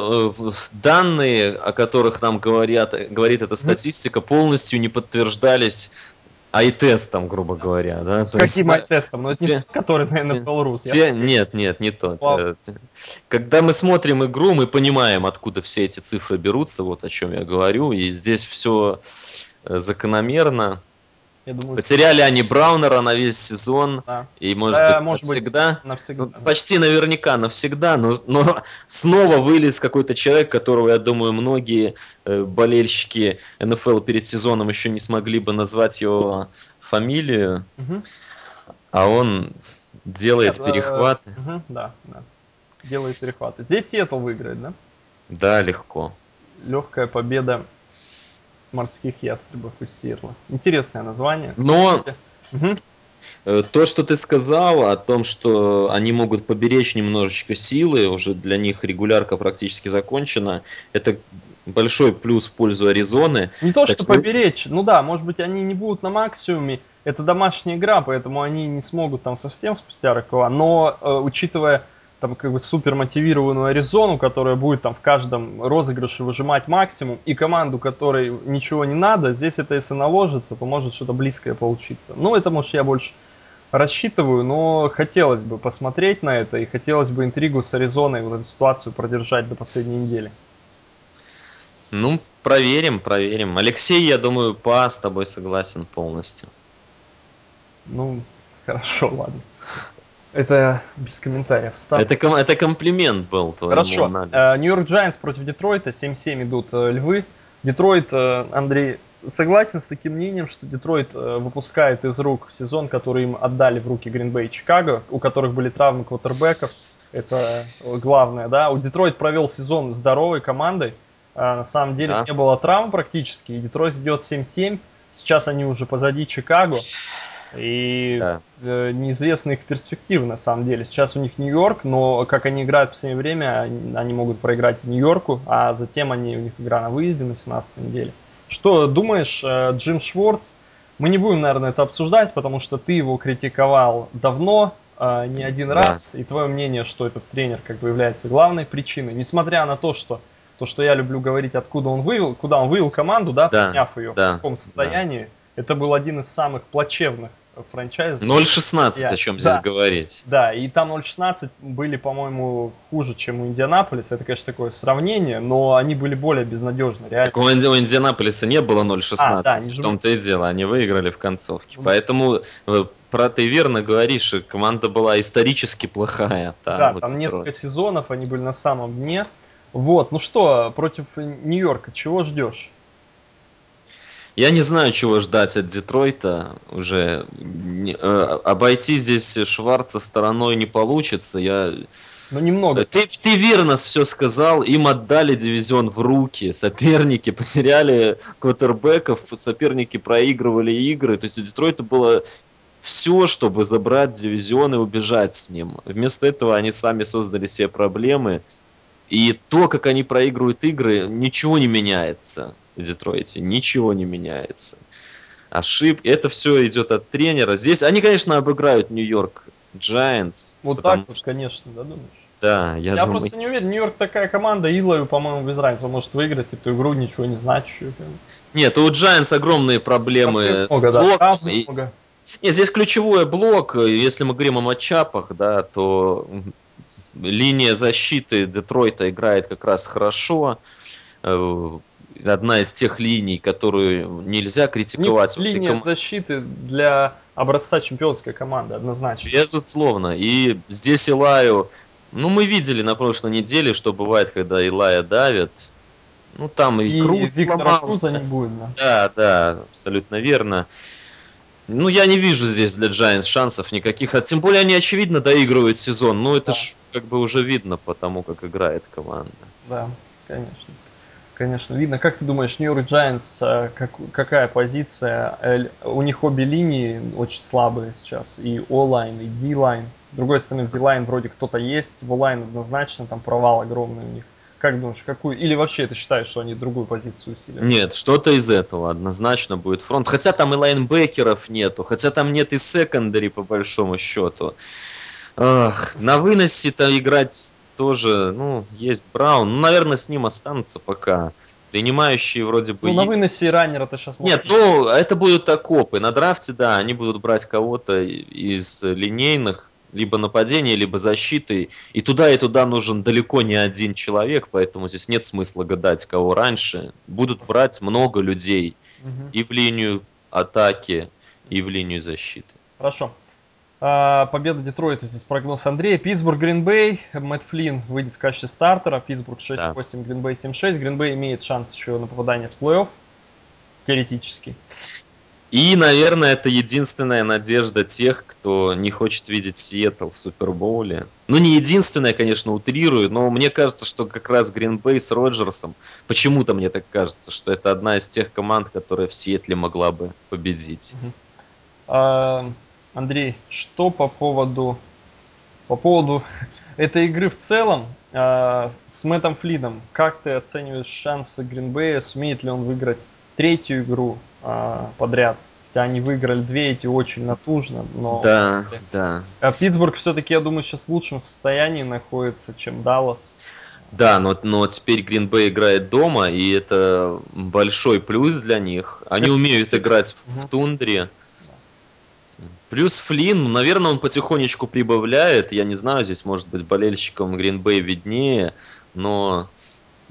данные, о которых нам говорит эта Мгм. статистика, полностью не подтверждались ай-тестом, грубо говоря, да, то есть, Каким ай-тестом? Но это не те, тот, который на те, NFL.rus, я надеюсь. нет, не тот. Слава. Когда мы смотрим игру, мы понимаем, откуда все эти цифры берутся, вот о чем я говорю, и здесь все закономерно. Я думаю, Потеряли они Браунера на весь сезон, да. и, может Да, быть, может быть, навсегда. Ну, навсегда. Да. почти наверняка навсегда, но снова вылез какой-то человек, которого, я думаю, многие болельщики НФЛ перед сезоном еще не смогли бы назвать его фамилию, Мгм. а он Нет, делает перехваты. мгм, да, да. Делает перехваты. Здесь Сиэтл выиграет, да? Да, легко. Легкая победа морских ястребов из Сиэтла. Интересное название. Но Кстати, мгм. то, что ты сказал о том, что они могут поберечь немножечко силы, уже для них регулярка практически закончена, это большой плюс в пользу Аризоны. Не то, Так что что поберечь. Ну да, может быть, они не будут на максимуме. Это домашняя игра, поэтому они не смогут там совсем спустя рукава. Но учитывая там как бы супер мотивированную Аризону, которая будет там в каждом розыгрыше выжимать максимум, и команду, которой ничего не надо, здесь это если наложится, то может что-то близкое получиться. Ну, это, может, я больше рассчитываю, но хотелось бы посмотреть на это, и хотелось бы интригу с Аризоной, вот эту ситуацию продержать до последней недели. Ну, проверим, проверим. Алексей, я думаю, с тобой согласен полностью. Ну, хорошо, ладно. Это без комментариев. Став. Это комплимент был твоему Хорошо. анализу. Нью-Йорк Giants против Детройта. 7-7 идут львы. Детройт, Андрей, согласен с таким мнением, что Детройт выпускает из рук сезон, который им отдали в руки Грин-Бей и Чикаго, у которых были травмы квотербеков. Это главное, да. У Детройт провел сезон здоровой командой. На самом деле Да, не было травм практически. И Детройт идет 7-7. Сейчас они уже позади Чикаго. И да. неизвестны их перспективы, на самом деле. Сейчас у них Нью-Йорк, но как они играют в последнее время, они могут проиграть и Нью-Йорку, а затем у них игра на выезде на 17-й неделе. Что думаешь, Джим Шварц? Мы не будем, наверное, это обсуждать, потому что ты его критиковал давно, не один Да, раз, и твое мнение, что этот тренер как бы является главной причиной, несмотря на то, что я люблю говорить, откуда он вывел, куда он вывел команду, да, да, подняв ее в да, таком да. состоянии, это был один из самых плачевных франчайзов. 0,16, о чем здесь Да, говорить. да, и там 0,16 были, по-моему, хуже, чем у Индианаполиса. Это, конечно, такое сравнение, но они были более безнадежны, реально. Так у Индианаполиса не было Да, 0,16, они в же... том-то и дело, они выиграли в концовке. Ну, Поэтому ты верно говоришь, команда была исторически плохая, там, да, у там несколько Детройта. сезонов, они были на самом дне. Вот, ну что, против Нью-Йорка, чего ждешь? Я не знаю, чего ждать от Детройта уже. Обойти здесь Шварца стороной не получится. Ну, немного. Ты верно все сказал. Им отдали дивизион в руки. Соперники потеряли квотербеков, соперники проигрывали игры. То есть у Детройта было все, чтобы забрать дивизион и убежать с ним. Вместо этого они сами создали себе проблемы. И то, как они проигрывают игры, ничего не меняется в Детройте. Ничего не меняется. Это все идет от тренера. Здесь они, конечно, обыграют Нью-Йорк Giants, Вот так потому вот, что, конечно, да, думаешь? да, я Я думаю. просто не уверен, Нью-Йорк такая команда, Илою, по-моему, без разницы. Он может выиграть эту игру, ничего не значащую. Нет, у Giants огромные Проблем проблемы с много, да, блоком. травм много. Нет, здесь ключевой блок. Если мы говорим о матчапах, да, то линия защиты Детройта играет как раз хорошо. Э, Одна из тех линий, которую нельзя У них критиковать в этой линия команде. защиты для образца чемпионской команды, однозначно. Безусловно. И здесь Илаю, ну, мы видели на прошлой неделе, что бывает, когда Илая давит. Ну, там и И Круз Виктора Круза не сломался. будет, да. Да, да, абсолютно верно. Ну, я не вижу здесь для Giants шансов никаких. А тем более они, очевидно, доигрывают сезон. Ну, это Да, ж как бы уже видно по тому, как играет команда. да, конечно. Конечно, видно. Как ты думаешь, Нью-Йорк Giants, какая позиция? У них обе линии очень слабые сейчас. И O-line, и D-line. С другой стороны, в D-line вроде кто-то есть. В O-line однозначно там провал огромный у них. Как думаешь, какую? Или вообще ты считаешь, что они другую позицию усилят? Нет, что-то из этого однозначно будет фронт. Хотя там и лайнбекеров нету, хотя там нет и секондари по большому счету. Ах, на выносе-то играть тоже, ну, есть Браун. Ну, наверное, с ним останутся пока. Принимающие вроде бы Ну, на есть. выносе раннера-то сейчас Нет, можно. ну, это будут окопы. На драфте, да, они будут брать кого-то из линейных, либо нападения, либо защиты. И туда нужен далеко не один человек, поэтому здесь нет смысла гадать, кого раньше. Будут брать много людей Мгм. и в линию атаки, и в линию защиты. Хорошо. Победа Детройта, здесь прогноз Андрея. Питтсбург, Гринбей. Мэтт Флинн выйдет в качестве стартера. Питтсбург Да. 6-8, Гринбей 7-6. Гринбей имеет шанс еще на попадание в плей-офф. Теоретически. И, наверное, это единственная надежда тех, кто не хочет видеть Сиэтл в Супербоуле. Ну, не единственная, конечно, утрирую, но мне кажется, что как раз Грин-Бей с Роджерсом, почему-то мне так кажется, что это одна из тех команд, которая в Сиэтле могла бы победить. Мгм. А, Андрей, что по поводу этой игры в целом с Мэттом Флином? Как ты оцениваешь шансы Гринбея? Сумеет ли он выиграть третью игру подряд? Хотя они выиграли две эти очень натужно, но Да, да. Питтсбург все-таки, я думаю, сейчас в лучшем состоянии находится, чем Даллас. Да, но теперь Грин-Бей играет дома, и это большой плюс для них. Они Это умеют чуть-чуть. играть в Мгм. тундре. Да. Плюс Флинн, ну, наверное, он потихонечку прибавляет. Я не знаю, здесь, может быть, болельщикам Гринбей виднее, но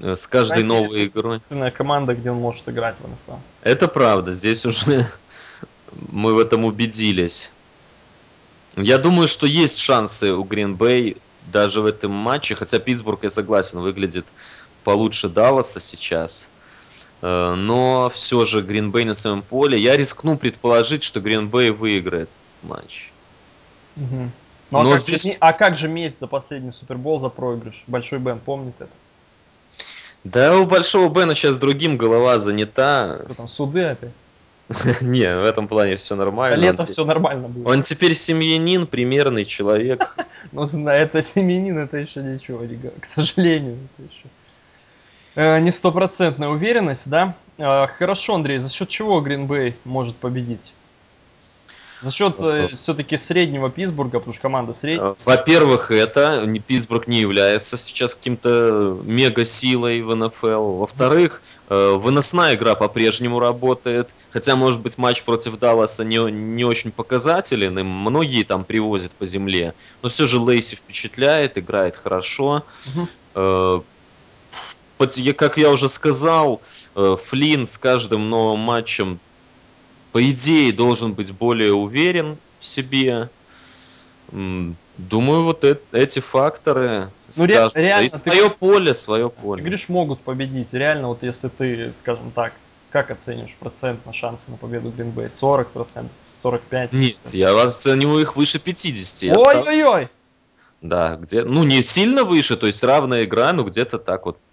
с каждой новой игрой. Единственная команда, где он может играть в НФЛ. Это правда, здесь уже мы в этом убедились. Я думаю, что есть шансы у Green Bay даже в этом матче, хотя Питтсбург, я согласен, выглядит получше Далласа сейчас. Но все же Green Bay на своем поле. Я рискну предположить, что Green Bay выиграет матч. Мгм. Ну Но здесь... а как же месть за последний Супербол за проигрыш? Большой Бен помнит это? Да, у Большого Бена сейчас другим голова занята. Что там, суды опять? Не, в этом плане все До нормально. лета все нормально будет. Он теперь семьянин, примерный человек. Но это семьянин, это еще ничего, к сожалению. Это еще. Не стопроцентная уверенность, да? Хорошо, Андрей, за счет чего Гринбей может победить? За счет все-таки среднего Питтсбурга, потому что команда средняя. Во-первых, Питтсбург не является сейчас каким-то мега-силой в НФЛ. Во-вторых, выносная игра по-прежнему работает. Хотя, может быть, матч против Далласа не очень показателен, и многие там привозят по земле. Но все же Лейси впечатляет, играет хорошо. Мгм. Э, Как я уже сказал, Флинн с каждым новым матчем, по идее, должен быть более уверен в себе. Думаю, вот эти факторы Ну, скажут. Да и реально, свое поле, свое ты поле. говоришь, могут победить. Реально, вот если ты, скажем так, как оценишь процент шансы на победу Гринбей? 40%, 45%? Нет, я оцениваю их выше 50. Я Ой-ой-ой! Да, ну не сильно выше, то есть равная игра, но где-то так вот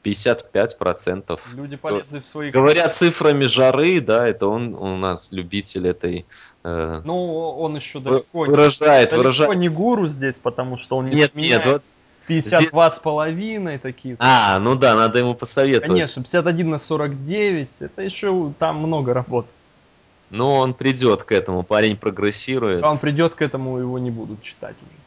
55%. Люди полезли в свои Говоря карманы. цифрами жары, да, это он у нас любитель этой Ну, он еще далеко выражает. не гуру здесь, потому что он не Нет, подменяет вот здесь. 52,5 такие. Ну да, надо ему посоветовать. Конечно, 51/49, это еще там много работы. Но он придет к этому, парень Пока прогрессирует. он придет к этому, его не будут читать уже.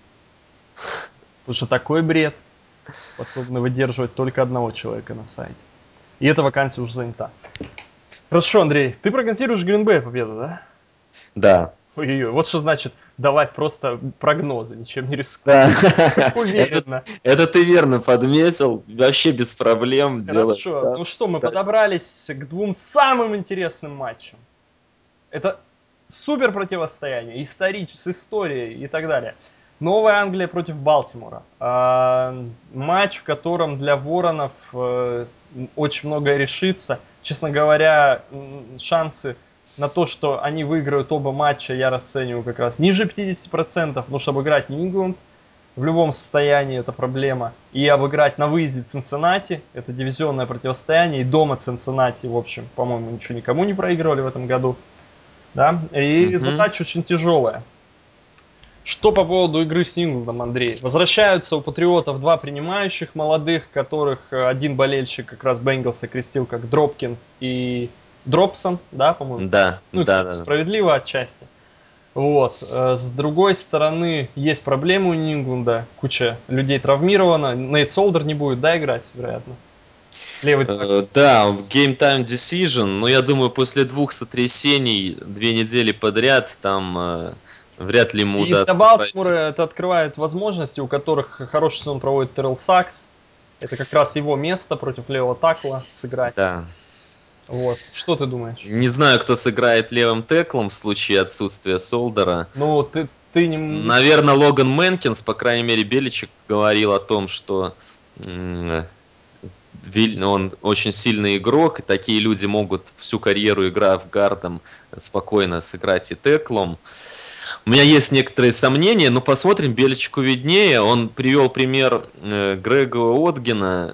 Потому что такой бред способны выдерживать только одного человека на сайте. И эта вакансия уже занята. Хорошо, Андрей, ты прогнозируешь Гринбей победу, да? Да. Ой-ой-ой, вот что значит давать просто прогнозы, ничем не рискуя. Да. Так Это, уверенно. это ты верно подметил. Вообще без проблем делать Хорошо, ставку. ну что, мы подобрались к двум самым интересным матчам. Это супер противостояние, с историей и так далее. Новая Англия против Балтимора. Матч, в котором для Воронов очень многое решится. Честно говоря, шансы на то, что они выиграют оба матча, я расцениваю как раз ниже 50%, потому что обыграть Нью-Ингланд в любом состоянии это проблема. И обыграть на выезде Цинциннати, это дивизионное противостояние, и дома Цинциннати, в общем, по-моему, ничего никому не проигрывали в этом году. Да? И Мгм. задача очень тяжелая. Что по поводу игры с Инглдом, Андрей? Возвращаются у Патриотов два принимающих молодых, которых один болельщик как раз Бенгалс окрестил как Дропкинс и Дропсон, да, по-моему? Да, Ну, да, кстати, да. справедливо отчасти. Вот. С другой стороны, есть проблемы у Нингленда. Куча людей травмирована. Нейт Солдер не будет, да, играть, вероятно? Левый так. Да, Game Time Decision, но я думаю, после двух сотрясений 2 недели подряд, там вряд ли ему И для удастся Балтимора пройти. это открывает возможности, у которых хороший сезон проводит Террell Сакс. Это как раз его место против левого такла сыграть. Да. Вот. Что ты думаешь? Не знаю, кто сыграет левым теклом в случае отсутствия Солдера. Ну, ты не... Наверное, Логан Мэнкинс, по крайней мере, Беличек говорил о том, что м, он очень сильный игрок, и такие люди могут всю карьеру, играя в гардом, спокойно сыграть и теклом. У меня есть некоторые сомнения, но посмотрим, Беличку виднее. Он привел пример Грега Отгина,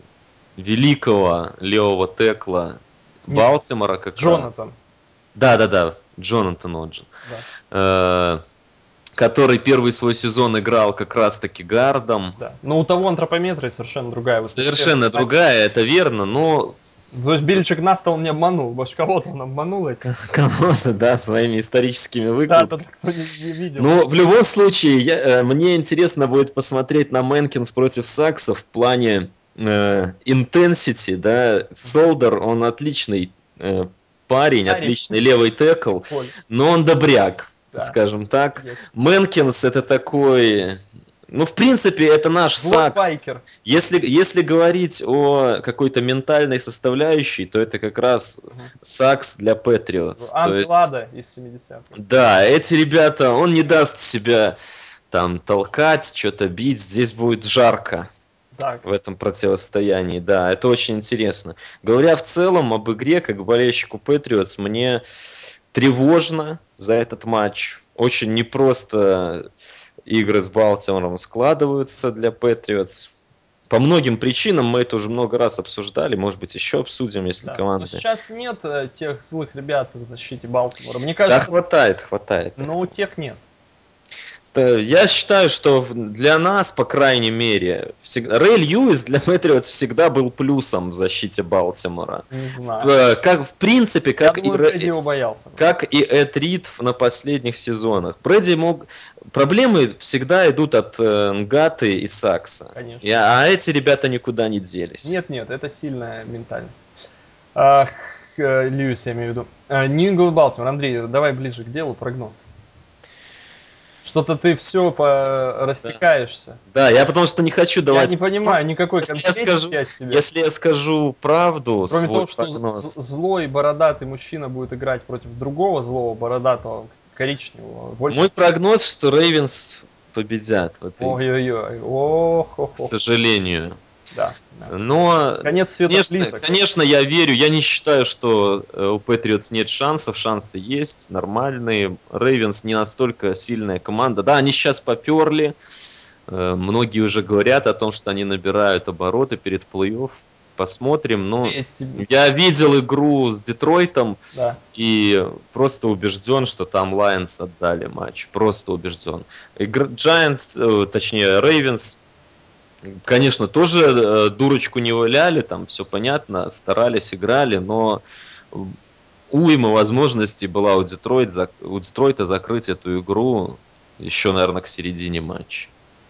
великого левого текла Нет, Балтимора как раз. Джонатан. Да-да-да, Джонатан Оджин. Да, Э, Который первый свой сезон играл как раз-таки гардом. да. Но у того антропометрия совершенно другая высоте. Совершенно другая, это верно, но То есть Бельчик нас-то он не обманул. Может, кого-то он обманул этим? кому-то, да, своими историческими Да, выкладками. тот, кто не видел. Но в любом случае, мне интересно будет посмотреть на Мэнкинс против Сакса в плане intensity, да. Солдер, он отличный парень, Парень отличный левый текл, в поле. но он добряк, Да, скажем так. есть. Мэнкинс это такой Ну, в принципе, это наш Злой Сакс. байкер. Если говорить о какой-то ментальной составляющей, то это как раз Мгм. Сакс для Патриотс. То Ант есть, Лада из 70-х. да, эти ребята, он не даст себя там толкать, что-то бить. Здесь будет жарко Так, в этом противостоянии. Да, это очень интересно. Говоря в целом об игре, как болельщику Патриотс, мне тревожно за этот матч. Очень непросто игры с Балтимором складываются для Патриотс. По многим причинам мы это уже много раз обсуждали, может быть, еще обсудим, если да. Но команды. сейчас нет тех злых ребят в защите Балтимора. Мне Да, кажется, хватает их. но у тех нет. Я считаю, что для нас, по крайней мере, Рэй Льюис для Патриотс всегда был плюсом в защите Балтимора. Не знаю. Как в принципе, Я думаю, Брэди его боялся просто. как и Эд Рид на последних сезонах. Брэди мог... Проблемы всегда идут от Нгаты и Сакса. Конечно. А эти ребята никуда не делись. Нет, нет, это сильная ментальность. Льюис, я имею в виду. Нью-Ингленд Балтимор. Андрей, давай ближе к делу, прогноз. Что-то ты все Да. растекаешься. Да, я потому что не хочу Я давать не прогноз. понимаю никакой конкретики от тебя. Если я скажу правду, Кроме свой того, что прогноз, злой бородатый мужчина будет играть против другого злого бородатого коричневого. Больше. мой прогноз, что Рейвенс победят в этой игре, Ой-ой-ой. к Ох. сожалению. Да, да. Но, Конец света близок. конечно, я верю. Я не считаю, что у Патриотс нет шансов. Шансы есть, нормальные. Рейвенс не настолько сильная команда. Да, они сейчас поперли. Многие уже говорят о том, что они набирают обороты перед плей-офф. Посмотрим. Но я видел игру с Детройтом Да. и просто убежден, что там Лайонс отдали матч. Просто убежден. Giants, точнее, Рейвенс, конечно, тоже дурочку не валяли, там все понятно, старались, играли, но уйма возможностей была у Детройта закрыть эту игру еще, наверное, к середине матча.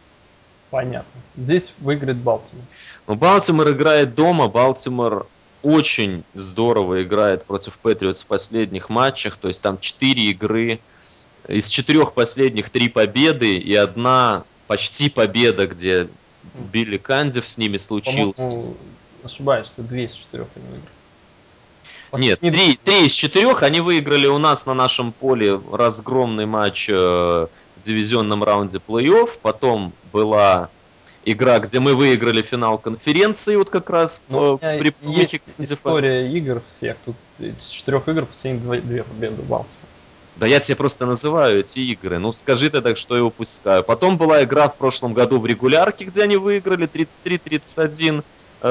Понятно. Здесь выиграет Балтимор. Но Балтимор играет дома, Балтимор очень здорово играет против Патриотс в последних матчах, то есть там 4 игры, из 4 последних 3 победы и одна почти победа, где Билли Кандив с ними случился. По-моему, ошибаешься, 2 из 4 они выиграли. Нет, Последние три из четырех они выиграли у нас на нашем поле разгромный матч в дивизионном раунде плей-офф. Потом была игра, где мы выиграли финал конференции, вот как раз Но у меня при есть помощи Кандифа. история игр всех. Тут из 4 игр последние 2 победы Балтимора. Да я тебе просто называю эти игры. Ну скажи тогда, что я упускаю. Потом была игра в прошлом году в регулярке, где они выиграли 33-31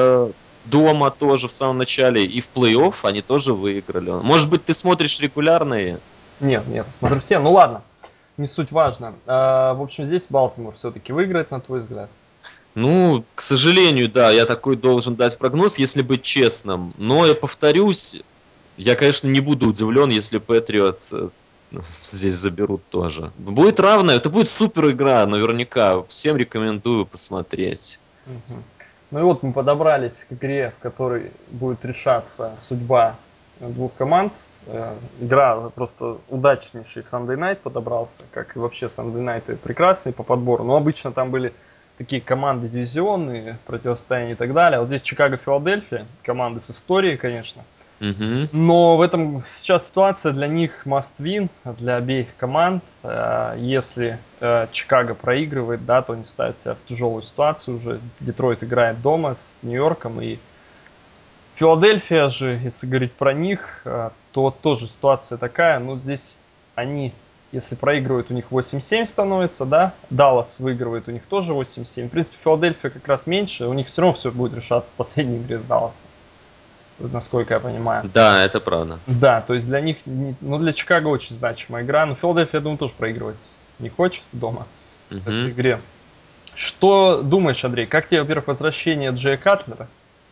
дома тоже в самом начале. И в плей-офф они тоже выиграли. Может быть, ты смотришь регулярные? Нет, нет, смотрю все. Ну ладно, не суть важно. В общем, здесь Балтимор все-таки выиграет, на твой взгляд. Ну, к сожалению, да, я такой должен дать прогноз, если быть честным. Но я повторюсь, я, конечно, не буду удивлен, если Патриотс здесь заберут тоже. Будет равная, это будет супер игра, наверняка. Всем рекомендую посмотреть. Мгм. Ну и вот мы подобрались к игре, в которой будет решаться судьба двух команд. Игра просто удачнейший Sunday Night подобрался, как и вообще Sunday Night прекрасный по подбору. Но обычно там были такие команды дивизионные, противостояния и так далее. А вот здесь Чикаго-Филадельфия, команды с историей, конечно. Угу. Но в этом сейчас ситуация для них must win, для обеих команд. Если Чикаго проигрывает, да, то они ставят себя в тяжелую ситуацию уже. Детройт играет дома с Нью-Йорком, и Филадельфия же, если говорить про них, то тоже ситуация такая. Ну, здесь они, если проигрывают, у них 8-7 становится, да. Даллас выигрывает, у них тоже 8-7. В принципе, Филадельфия как раз меньше, у них все равно все будет решаться в последней игре с Далласом, насколько я понимаю. Да, это правда. Да, то есть для них, ну для Чикаго очень значимая игра. Но Филадельфия, я думаю, тоже проигрывать не хочет дома в этой Угу. игре. Что думаешь, Андрей? Как тебе, во-первых, возвращение Джея Катлера?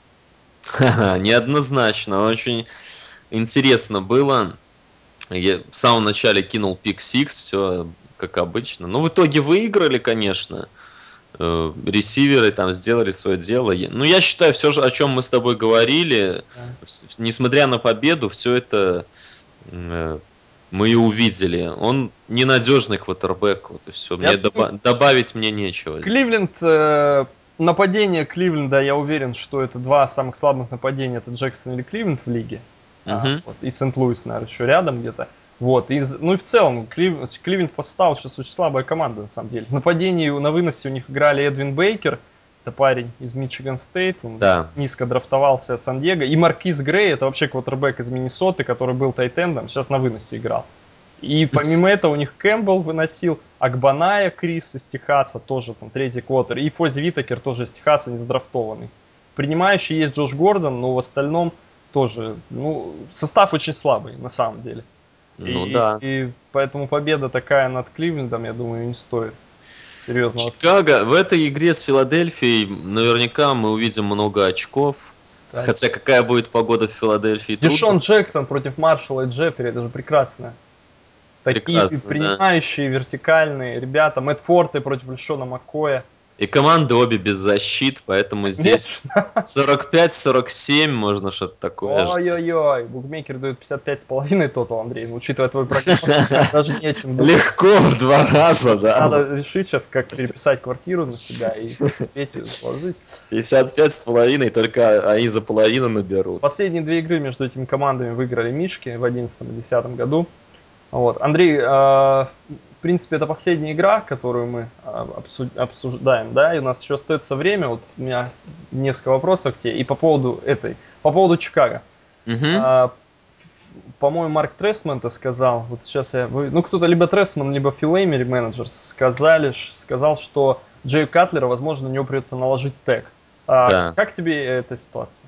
Неоднозначно. Очень интересно было. Я в самом начале кинул пик Сикс, все как обычно. Но в итоге выиграли, конечно. Ресиверы там сделали свое дело. Ну, я считаю, все же, о чем мы с тобой говорили, Да. несмотря на победу, все это мы и увидели. Он ненадежный квотербек, вот и все. Я Мне думаю, добавить мне нечего здесь. Кливленд, нападение Кливленда, я уверен, что это два самых слабых нападения, это Джексон или Кливленд в лиге. Мгм. Вот, и Сент-Луис, наверное, еще рядом где-то. Вот, ну и в целом, Кливленд по составу сейчас очень слабая команда, на самом деле. В нападении на выносе у них играли Эдвин Бейкер, это парень из Мичиган Стейт, он Да. низко драфтовался в Сан-Диего. И Маркиз Грей, это вообще квотербек из Миннесоты, который был тайтендом, сейчас на выносе играл. И помимо этого у них Кэмпбелл выносил, Акбаная Крис из Техаса, тоже там третий квотер, и Фози Витакер тоже из Техаса, не задрафтованный. Принимающий есть Джош Гордон, но в остальном тоже, ну, состав очень слабый, на самом деле. Ну да. И поэтому победа такая над Кливлендом, я думаю, не стоит серьезного. Чикаго в этой игре с Филадельфией наверняка мы увидим много очков. Так. Хотя какая будет погода в Филадельфии, трудно Дишон сказать. Джексон против Маршалла и Джеффри, это же прекрасно. Такие Прекрасно, да. принимающие, вертикальные ребята. Мэтт Форте против Лешона Маккоя. И команды обе без защит, поэтому здесь Конечно. 45-47 можно что-то такое ожидать. Ой-ой-ой, букмекер дает 55,5 тотал, Андрей. Ну, учитывая твой прогноз, даже не о чем думать. Легко в 2 раза, Просто да. надо решить сейчас, как переписать квартиру на себя и Петю сложить. 55,5, только они за половину наберут. Последние две игры между этими командами выиграли Мишки в 2011 и 2010 году. Вот. Андрей, в принципе, это последняя игра, которую мы обсуждаем, да, и у нас еще остается время. Вот у меня несколько вопросов к тебе. И по поводу Чикаго. Мгм. А, По-моему, Марк Тресман это сказал. Вот сейчас ну, кто-то либо Тресман, либо Фил Эймери, менеджер, сказал, что Джею Катлера, возможно, на него придется наложить тег. Да. Как тебе эта ситуация?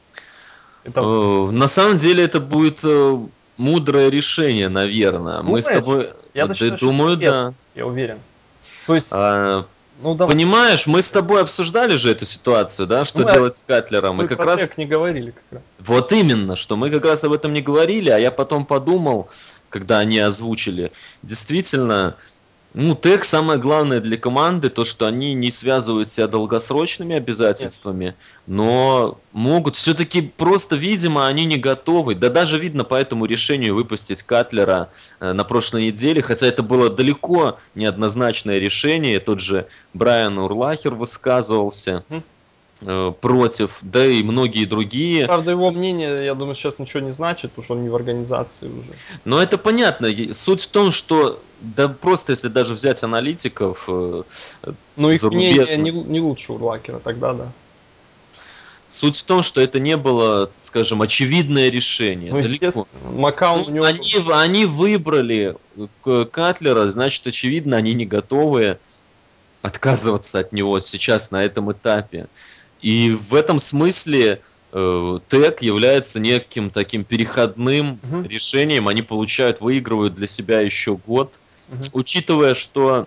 Это На самом деле это будет мудрое решение, наверное. Мы с думаешь? тобой, Я-то да, считаю, что это думаю, нет, да. я уверен. То есть, А, ну давай. Понимаешь, мы с тобой обсуждали же эту ситуацию, да, Ну, что делать с Катлером. И мы как про тег раз не говорили как раз. вот именно, что мы как раз об этом не говорили, а я потом подумал, когда они озвучили, действительно, ну, тег самое главное для команды, то, что они не связывают себя долгосрочными Конечно. обязательствами, но могут все-таки просто, видимо, они не готовы. Да даже видно по этому решению выпустить Катлера на прошлой неделе, хотя это было далеко неоднозначное решение. Тот же Брайан Урлахер высказывался Мгм. против, да и многие другие. Правда, его мнение, я думаю, сейчас ничего не значит, потому что он не в организации уже. Но это понятно. Суть в том, что да просто если даже взять аналитиков Но их мнение зарубежных, не лучше Урлакера тогда, да. суть в том, что это не было, скажем, очевидное решение. Ну, Далеко. естественно, Ну, Макаун у него... они выбрали Катлера, значит, очевидно, они не готовы отказываться от него сейчас на этом этапе. И в этом смысле тег является неким таким переходным Мгм, решением. Они выигрывают для себя еще год. мгм. Учитывая, что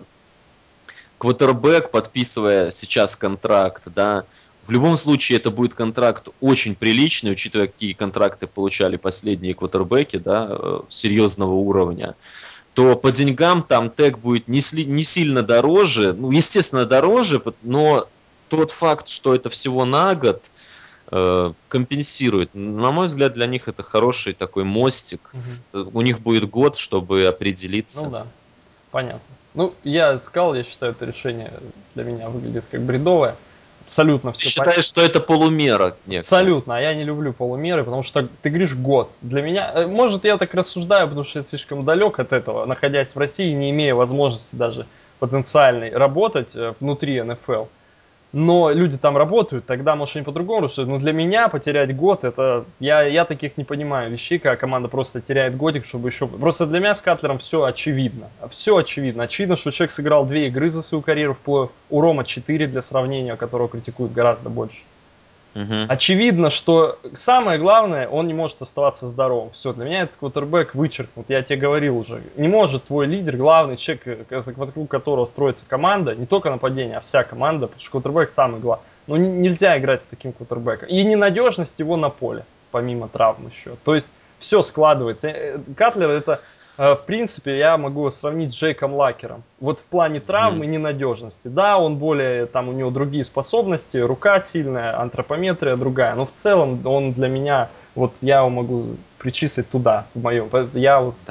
квотербек, подписывая сейчас контракт, да, в любом случае это будет контракт очень приличный, учитывая, какие контракты получали последние квотербеки, да, серьезного уровня, то по деньгам там тег будет не сильно дороже, ну, естественно, дороже, но тот факт, что это всего на год, компенсирует. На мой взгляд, для них это хороший такой мостик. Мгм. У них будет год, чтобы Ну определиться. да, понятно. Ну, я сказал, я считаю, это решение для меня выглядит как бредовое. Абсолютно Ты все понятно. считаешь, что это полумера некая? Абсолютно, а я не люблю полумеры, потому что ты говоришь год. Для меня, может, я так рассуждаю, потому что я слишком далек от этого, находясь в России, не имея возможности даже потенциальной работать внутри НФЛ. Но люди там работают, тогда, может, они по-другому рассуждают. Но для меня потерять год, это... Я таких не понимаю вещей, когда команда просто теряет годик, чтобы еще... Просто для меня с Катлером все очевидно. Все очевидно. Очевидно, что человек сыграл 2 игры за свою карьеру в плей-офф. У Рома 4 для сравнения, которого критикуют гораздо больше. Мгм. Очевидно, что самое главное, он не может оставаться здоровым. Все, для меня этот квотербек вычеркнут. Я тебе говорил уже. Не может твой лидер, главный человек, вокруг которого строится команда, не только нападение, а вся команда, потому что квотербек самый главный. Но нельзя играть с таким квотербеком. И ненадежность его на поле, помимо травм еще. То есть все складывается. Катлер это в принципе, я могу его сравнить с Джейком Лакером. Вот в плане Мгм. травмы и ненадежности. Да, он более, там у него другие способности, рука сильная, антропометрия другая. Но в целом он для меня, вот я его могу причислить туда, в моем. Я вот Да.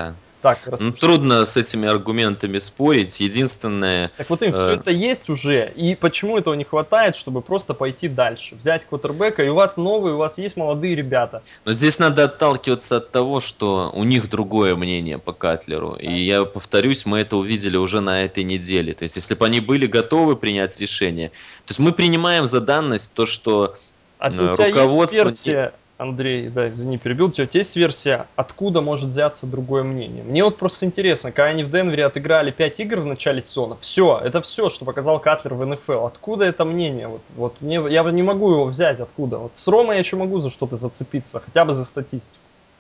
Так, Ну, трудно с этими аргументами спорить. Единственное, Так вот им все это есть уже, и почему этого не хватает, чтобы просто пойти дальше? Взять квотербека, и у вас новый, у вас есть молодые ребята. но здесь надо отталкиваться от того, что у них другое мнение по Катлеру. И Да. я повторюсь, мы это увидели уже на этой неделе. То есть, если бы они были готовы принять решение, то есть мы принимаем за данность то, что А у тебя есть руководство... версия, Андрей, да, извини, перебил, у тебя есть версия, откуда может взяться другое мнение? Мне вот просто интересно, когда они в Денвере отыграли 5 игр в начале сезона, все, это все, что показал Катлер в НФЛ. Откуда это мнение? Вот мне, я не могу его взять откуда. Вот с Ромой я еще могу за что-то зацепиться, хотя бы за статистику.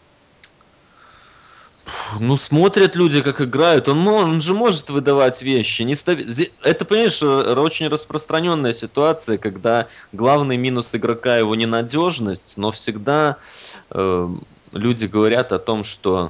Ну, смотрят люди, как играют. Он же может выдавать вещи. Это, понимаешь, очень распространенная ситуация, когда главный минус игрока его ненадежность, но всегда э, люди говорят о том, что,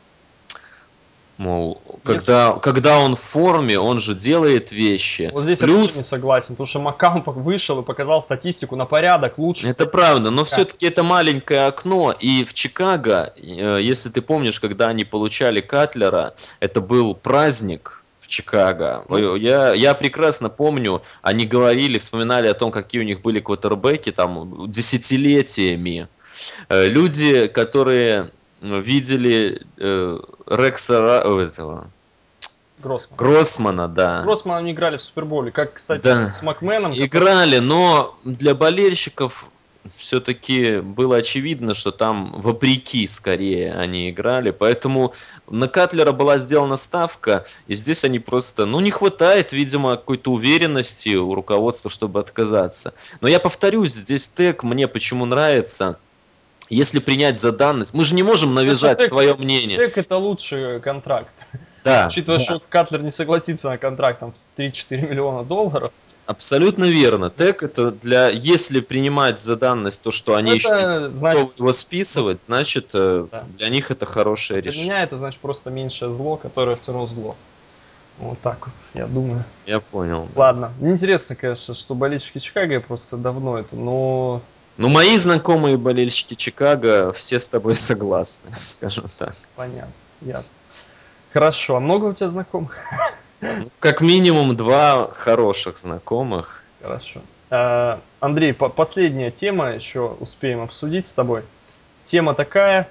мол, Если когда он в форме, он же делает вещи. вот здесь я тоже не Плюс согласен, потому что Маккаум вышел и показал статистику на порядок лучше это всех правда, но игроков. все-таки это маленькое окно, и в Чикаго, если ты помнишь, когда они получали Катлера, это был праздник в Чикаго. Ну, Я прекрасно помню, они говорили, вспоминали о том, какие у них были квотербеки там десятилетиями. Люди, которые видели Рекса этого, Гроссман. Гроссмана, С да, Гроссманом не играли в Суперболе, как, кстати, да, с Макменом, который... играли, но для болельщиков все-таки было очевидно, что там вопреки скорее они играли, поэтому на Катлера была сделана ставка, и здесь они просто, ну, не хватает, видимо, какой-то уверенности у руководства, чтобы отказаться. Но я повторюсь, здесь тег мне почему нравится, если принять за данность, мы же не можем Потому что навязать свое мнение. Тек это лучший контракт. Да, Учитывая, да. что Катлер не согласится на контракт там, 3-4 миллиона долларов, Абсолютно верно. Тег это для, если принимать за данность то, что ну они еще не это значит, готовы его вот, списывать, значит да. для них это А хорошее для решение. меня это значит просто меньшее зло, которое все равно зло. Вот так вот, я думаю. Я понял, да. Ладно, интересно, конечно, что болельщики Чикаго, я просто давно это, но Ну, мои знакомые болельщики Чикаго все с тобой согласны, скажем так. понятно, ясно. Хорошо, а много у тебя знакомых? Ну, как минимум два хороших знакомых. Хорошо. Андрей, последняя тема, еще успеем обсудить с тобой. Тема такая,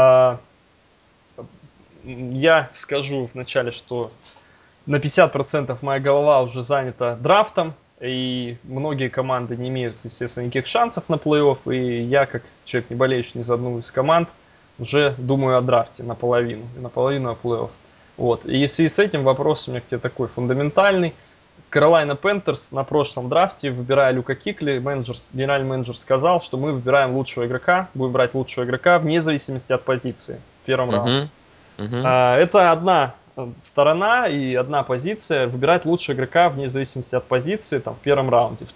я скажу вначале, что на 50% моя голова уже занята драфтом, и многие команды не имеют, естественно, никаких шансов на плей-офф, и я, как человек, не болеющий ни за одну из команд, уже думаю о драфте наполовину о плей-офф. Вот. И в связи с этим вопрос у меня к тебе такой фундаментальный. Каролайна Пентерс на прошлом драфте, выбирая Люка Кикли, генеральный менеджер сказал, что мы выбираем лучшего игрока, будем брать лучшего игрока вне зависимости от позиции в первом раунде. Угу, угу. Это одна сторона и одна позиция выбирать лучшего игрока вне зависимости от позиции там, в первом раунде.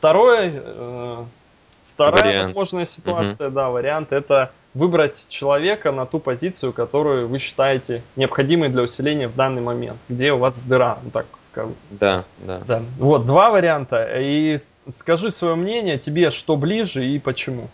Вторая Вариант. возможная Угу. ситуация, да, вариант, это выбрать человека на ту позицию, которую вы считаете необходимой для усиления в данный момент, где у вас дыра, ну так, Да, да. да. Вот, два варианта, и скажи свое мнение, тебе что ближе и почему.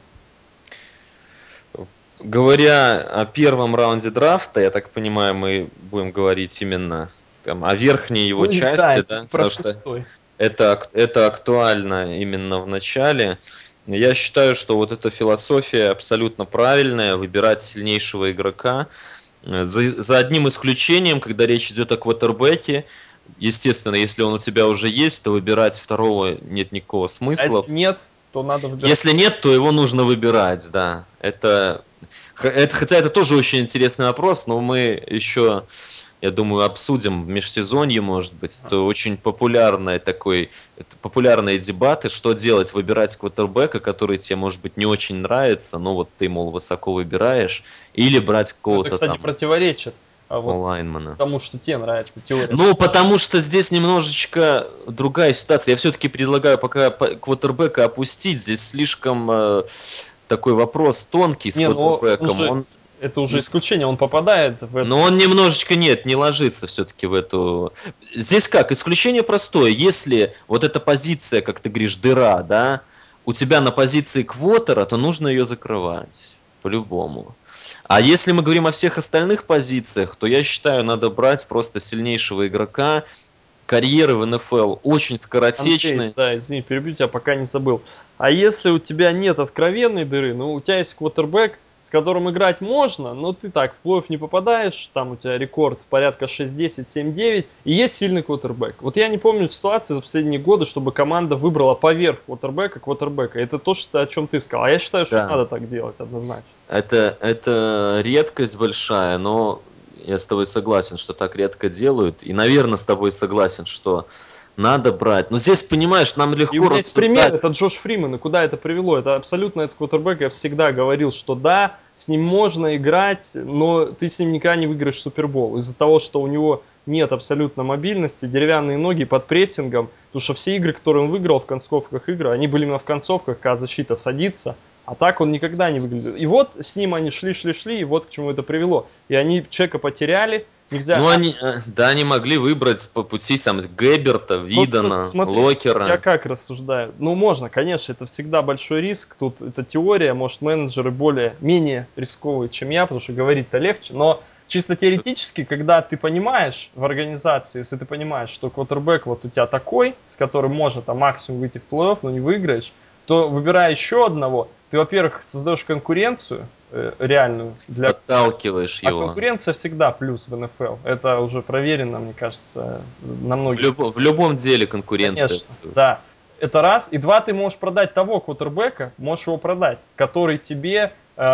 Говоря о первом раунде драфта, я так понимаю, мы будем говорить именно там, о верхней его Ну, да, части, это да, про потому что шестой. это актуально именно в начале. Я считаю, что вот эта философия абсолютно правильная, выбирать сильнейшего игрока. За одним исключением, когда речь идет о квотербеке, естественно, если он у тебя уже есть, то выбирать второго нет никакого А смысла. если нет, то надо выбирать. Если нет, то его нужно выбирать, да. Хотя это тоже очень интересный вопрос, но мы еще, я думаю, обсудим в межсезонье, может быть. Ага. Это очень это популярные дебаты, что делать, выбирать квотербека, который тебе, может быть, не очень нравится, но вот ты, мол, высоко выбираешь, или брать Ну, это, какого-то кстати, там противоречит вот онлайнмана. тому, что тебе нравится, теория. Ну, потому что здесь немножечко другая ситуация. Я все-таки предлагаю пока квотербека опустить. Здесь слишком такой вопрос тонкий с Не, ну он квотербеком. же, это уже исключение, он попадает в Но эту... он немножечко, нет, не ложится все-таки в эту... Здесь как, исключение простое. Если вот эта позиция, как ты говоришь, дыра, да, у тебя на позиции квотера, то нужно ее закрывать. По-любому. А если мы говорим о всех остальных позициях, то я считаю, надо брать просто сильнейшего игрока. Карьеры в НФЛ очень Андрей, скоротечные. да, извини, перебью тебя, пока не забыл. А если у тебя нет откровенной дыры, ну, у тебя есть квотербек, с которым играть можно, но ты так в плей-офф не попадаешь, там у тебя рекорд порядка 6-10, 7-9, и есть сильный квотербек. Вот я не помню ситуации за последние годы, чтобы команда выбрала поверх квотербека. Это то, что, о чем ты сказал. А я считаю, что Да. надо так делать однозначно. Это редкость большая, но я с тобой согласен, что так редко делают. И, наверное, с тобой согласен, что надо брать. Но здесь, понимаешь, нам И у легко меня есть пример, рассуждать. это Джош Фриман, и куда это привело? Это абсолютно этот квотербек, я всегда говорил, что да, с ним можно играть, но ты с ним никогда не выиграешь Супербол. Из-за того, что у него нет абсолютно мобильности, деревянные ноги под прессингом, потому что все игры, которые он выиграл в концовках игры, они были именно в концовках, когда защита садится, а так он никогда не выглядел. И вот с ним они шли, и вот к чему это привело. И они Чека потеряли, нельзя. Ну, да, они могли выбрать по пути там Геберта, Просто Видона, смотри, я Локера. как рассуждаю. Ну, можно, конечно, это всегда большой риск. Тут это теория, может, менеджеры менее рисковые, чем я, потому что говорить-то легче. Но чисто теоретически, когда ты понимаешь в организации, если ты понимаешь, что квотербек вот у тебя такой, с которым можно там максимум выйти в плей-офф, но не выиграешь, то выбирая еще одного, ты, во-первых, создаешь конкуренцию реальную для. Подталкиваешь А его. конкуренция всегда плюс в НФЛ. Это уже проверено, мне кажется, на многих. В любом деле конкуренция. Конечно, да. Это раз. И два, ты можешь продать того квотербека, можешь его продать, который тебе,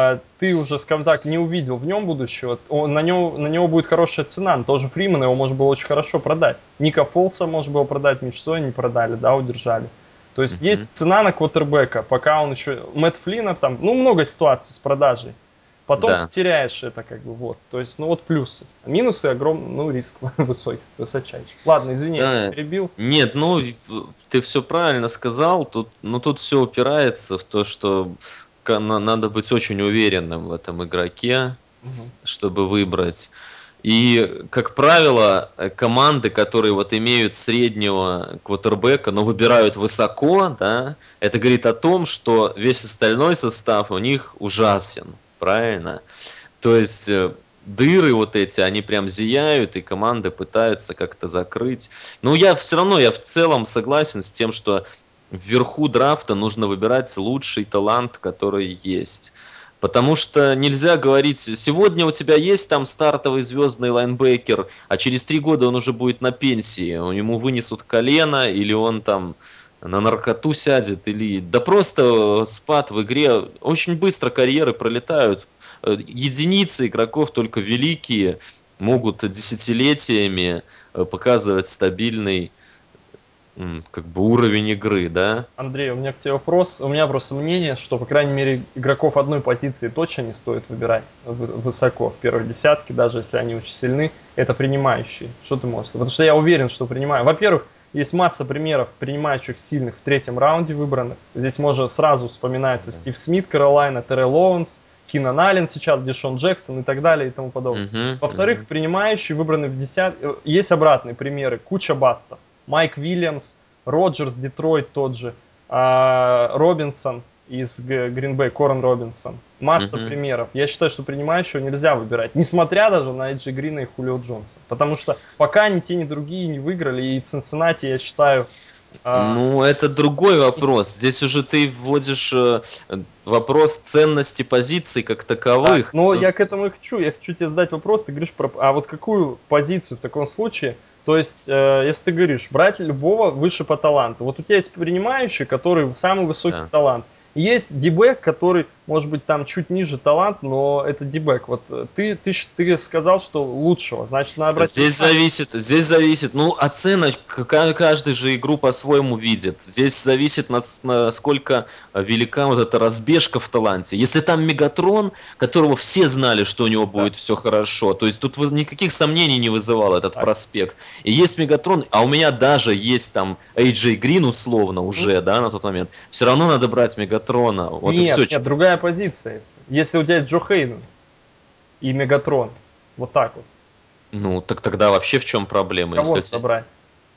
ты уже, скажем так, не увидел в нем будущего. На него будет хорошая цена. Но тоже Фримана его можно было очень хорошо продать. Ника Фолса можно было продать, Митчсона не продали, да, удержали. То есть Мгм. есть цена на квотербека, пока он еще... Мэтт Флина там, ну, много ситуаций с продажей. Потом ты Да. теряешь это как бы вот. То есть, ну вот плюсы. Минусы огромный, ну риск высокий, высочайший. Ладно, извини, я тебя Да. перебил. Нет, ну, ты все правильно сказал. Тут все упирается в то, что надо быть очень уверенным в этом игроке, Мгм. чтобы выбрать. И, как правило, команды, которые вот имеют среднего квотербека, но выбирают высоко, да, это говорит о том, что весь остальной состав у них ужасен, правильно? То есть дыры вот эти, они прям зияют, и команды пытаются как-то закрыть. Но я все равно, я в целом согласен с тем, что вверху драфта нужно выбирать лучший талант, который есть. Потому что нельзя говорить, сегодня у тебя есть там стартовый звездный лайнбекер, а через 3 года он уже будет на пенсии, ему вынесут колено, или он там на наркоту сядет, или да просто спад в игре. Очень быстро карьеры пролетают. Единицы игроков, только великие, могут десятилетиями показывать стабильный как бы уровень игры, да? Андрей, у меня к тебе вопрос. У меня просто мнение, что, по крайней мере, игроков одной позиции точно не стоит выбирать высоко в первой десятке, даже если они очень сильны. Это принимающие. Что ты можешь сказать? Потому что я уверен, что принимаю. Во-первых, есть масса примеров принимающих сильных в третьем раунде выбранных. Здесь можно сразу вспоминается Да. Стив Смит, Каролайна, Террел Оуэнс, Кинан Аллен сейчас, Дешон Джексон и так далее и тому подобное. Мгм, Во-вторых, мгм, принимающие выбраны в десятке. Есть обратные примеры. Куча бастов. Майк Вильямс, Роджерс, Детройт тот же, Робинсон из Гринбей, Корен Робинсон. Масса мгм. примеров. Я считаю, что принимающего нельзя выбирать, несмотря даже на Эджи Грина и Хулио Джонса. Потому что пока ни те, ни другие не выиграли, и Цинциннати, я считаю, а, Ну, это другой вопрос. Здесь уже ты вводишь вопрос ценности позиций как так, таковых. но я к этому и хочу. Я хочу тебе задать вопрос. Ты говоришь про... А вот какую позицию в таком случае? То есть, если ты говоришь, брать любого выше по таланту. Вот у тебя есть принимающий, который самый высокий Да. талант. И есть дебэк, который, может быть, там чуть ниже талант, но это дебэк. Вот ты сказал, что лучшего. Значит, надо брать принимающего. Здесь зависит, ну, оценок, каждый же игру по-своему видит. Здесь зависит, насколько велика вот эта разбежка в таланте. Если там Мегатрон, которого все знали, что у него Да. будет все хорошо, то есть тут никаких сомнений не вызывал этот Так. проспект. И есть Мегатрон, а у меня даже есть там AJ Грин условно Мгм. уже, да, на тот момент. Все равно надо брать Мегатрона. Вот и все. Нет, другая позиция. Если у тебя есть Джо Хейден и Мегатрон, вот так вот, Ну, так тогда вообще в чем проблема, кого если у надо тебя... брать?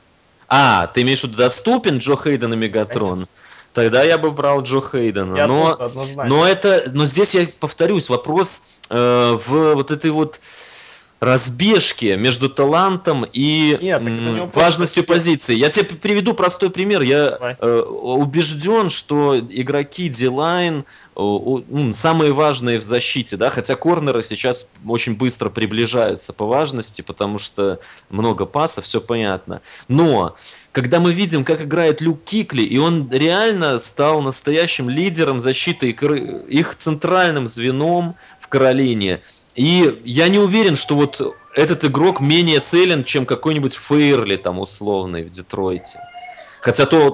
Ты имеешь в виду, доступен Джо Хейден и Конечно. Мегатрон? Тогда я бы брал Джо Хейдена. Я тоже однозначно. Но здесь я повторюсь, вопрос в вот этой вот разбежке между талантом и Нет, так это не вопрос важностью разбежки. позиции. Я тебе приведу простой пример. Я Давай. убежден, что игроки D-Line самые важные в защите, да, хотя корнеры сейчас очень быстро приближаются по важности, потому что много пасов, все понятно. Но когда мы видим, как играет Люк Кикли, и он реально стал настоящим лидером защиты, их центральным звеном в Каролине, и я не уверен, что вот этот игрок менее целен, чем какой-нибудь Фейрли там условный в Детройте. Хотя то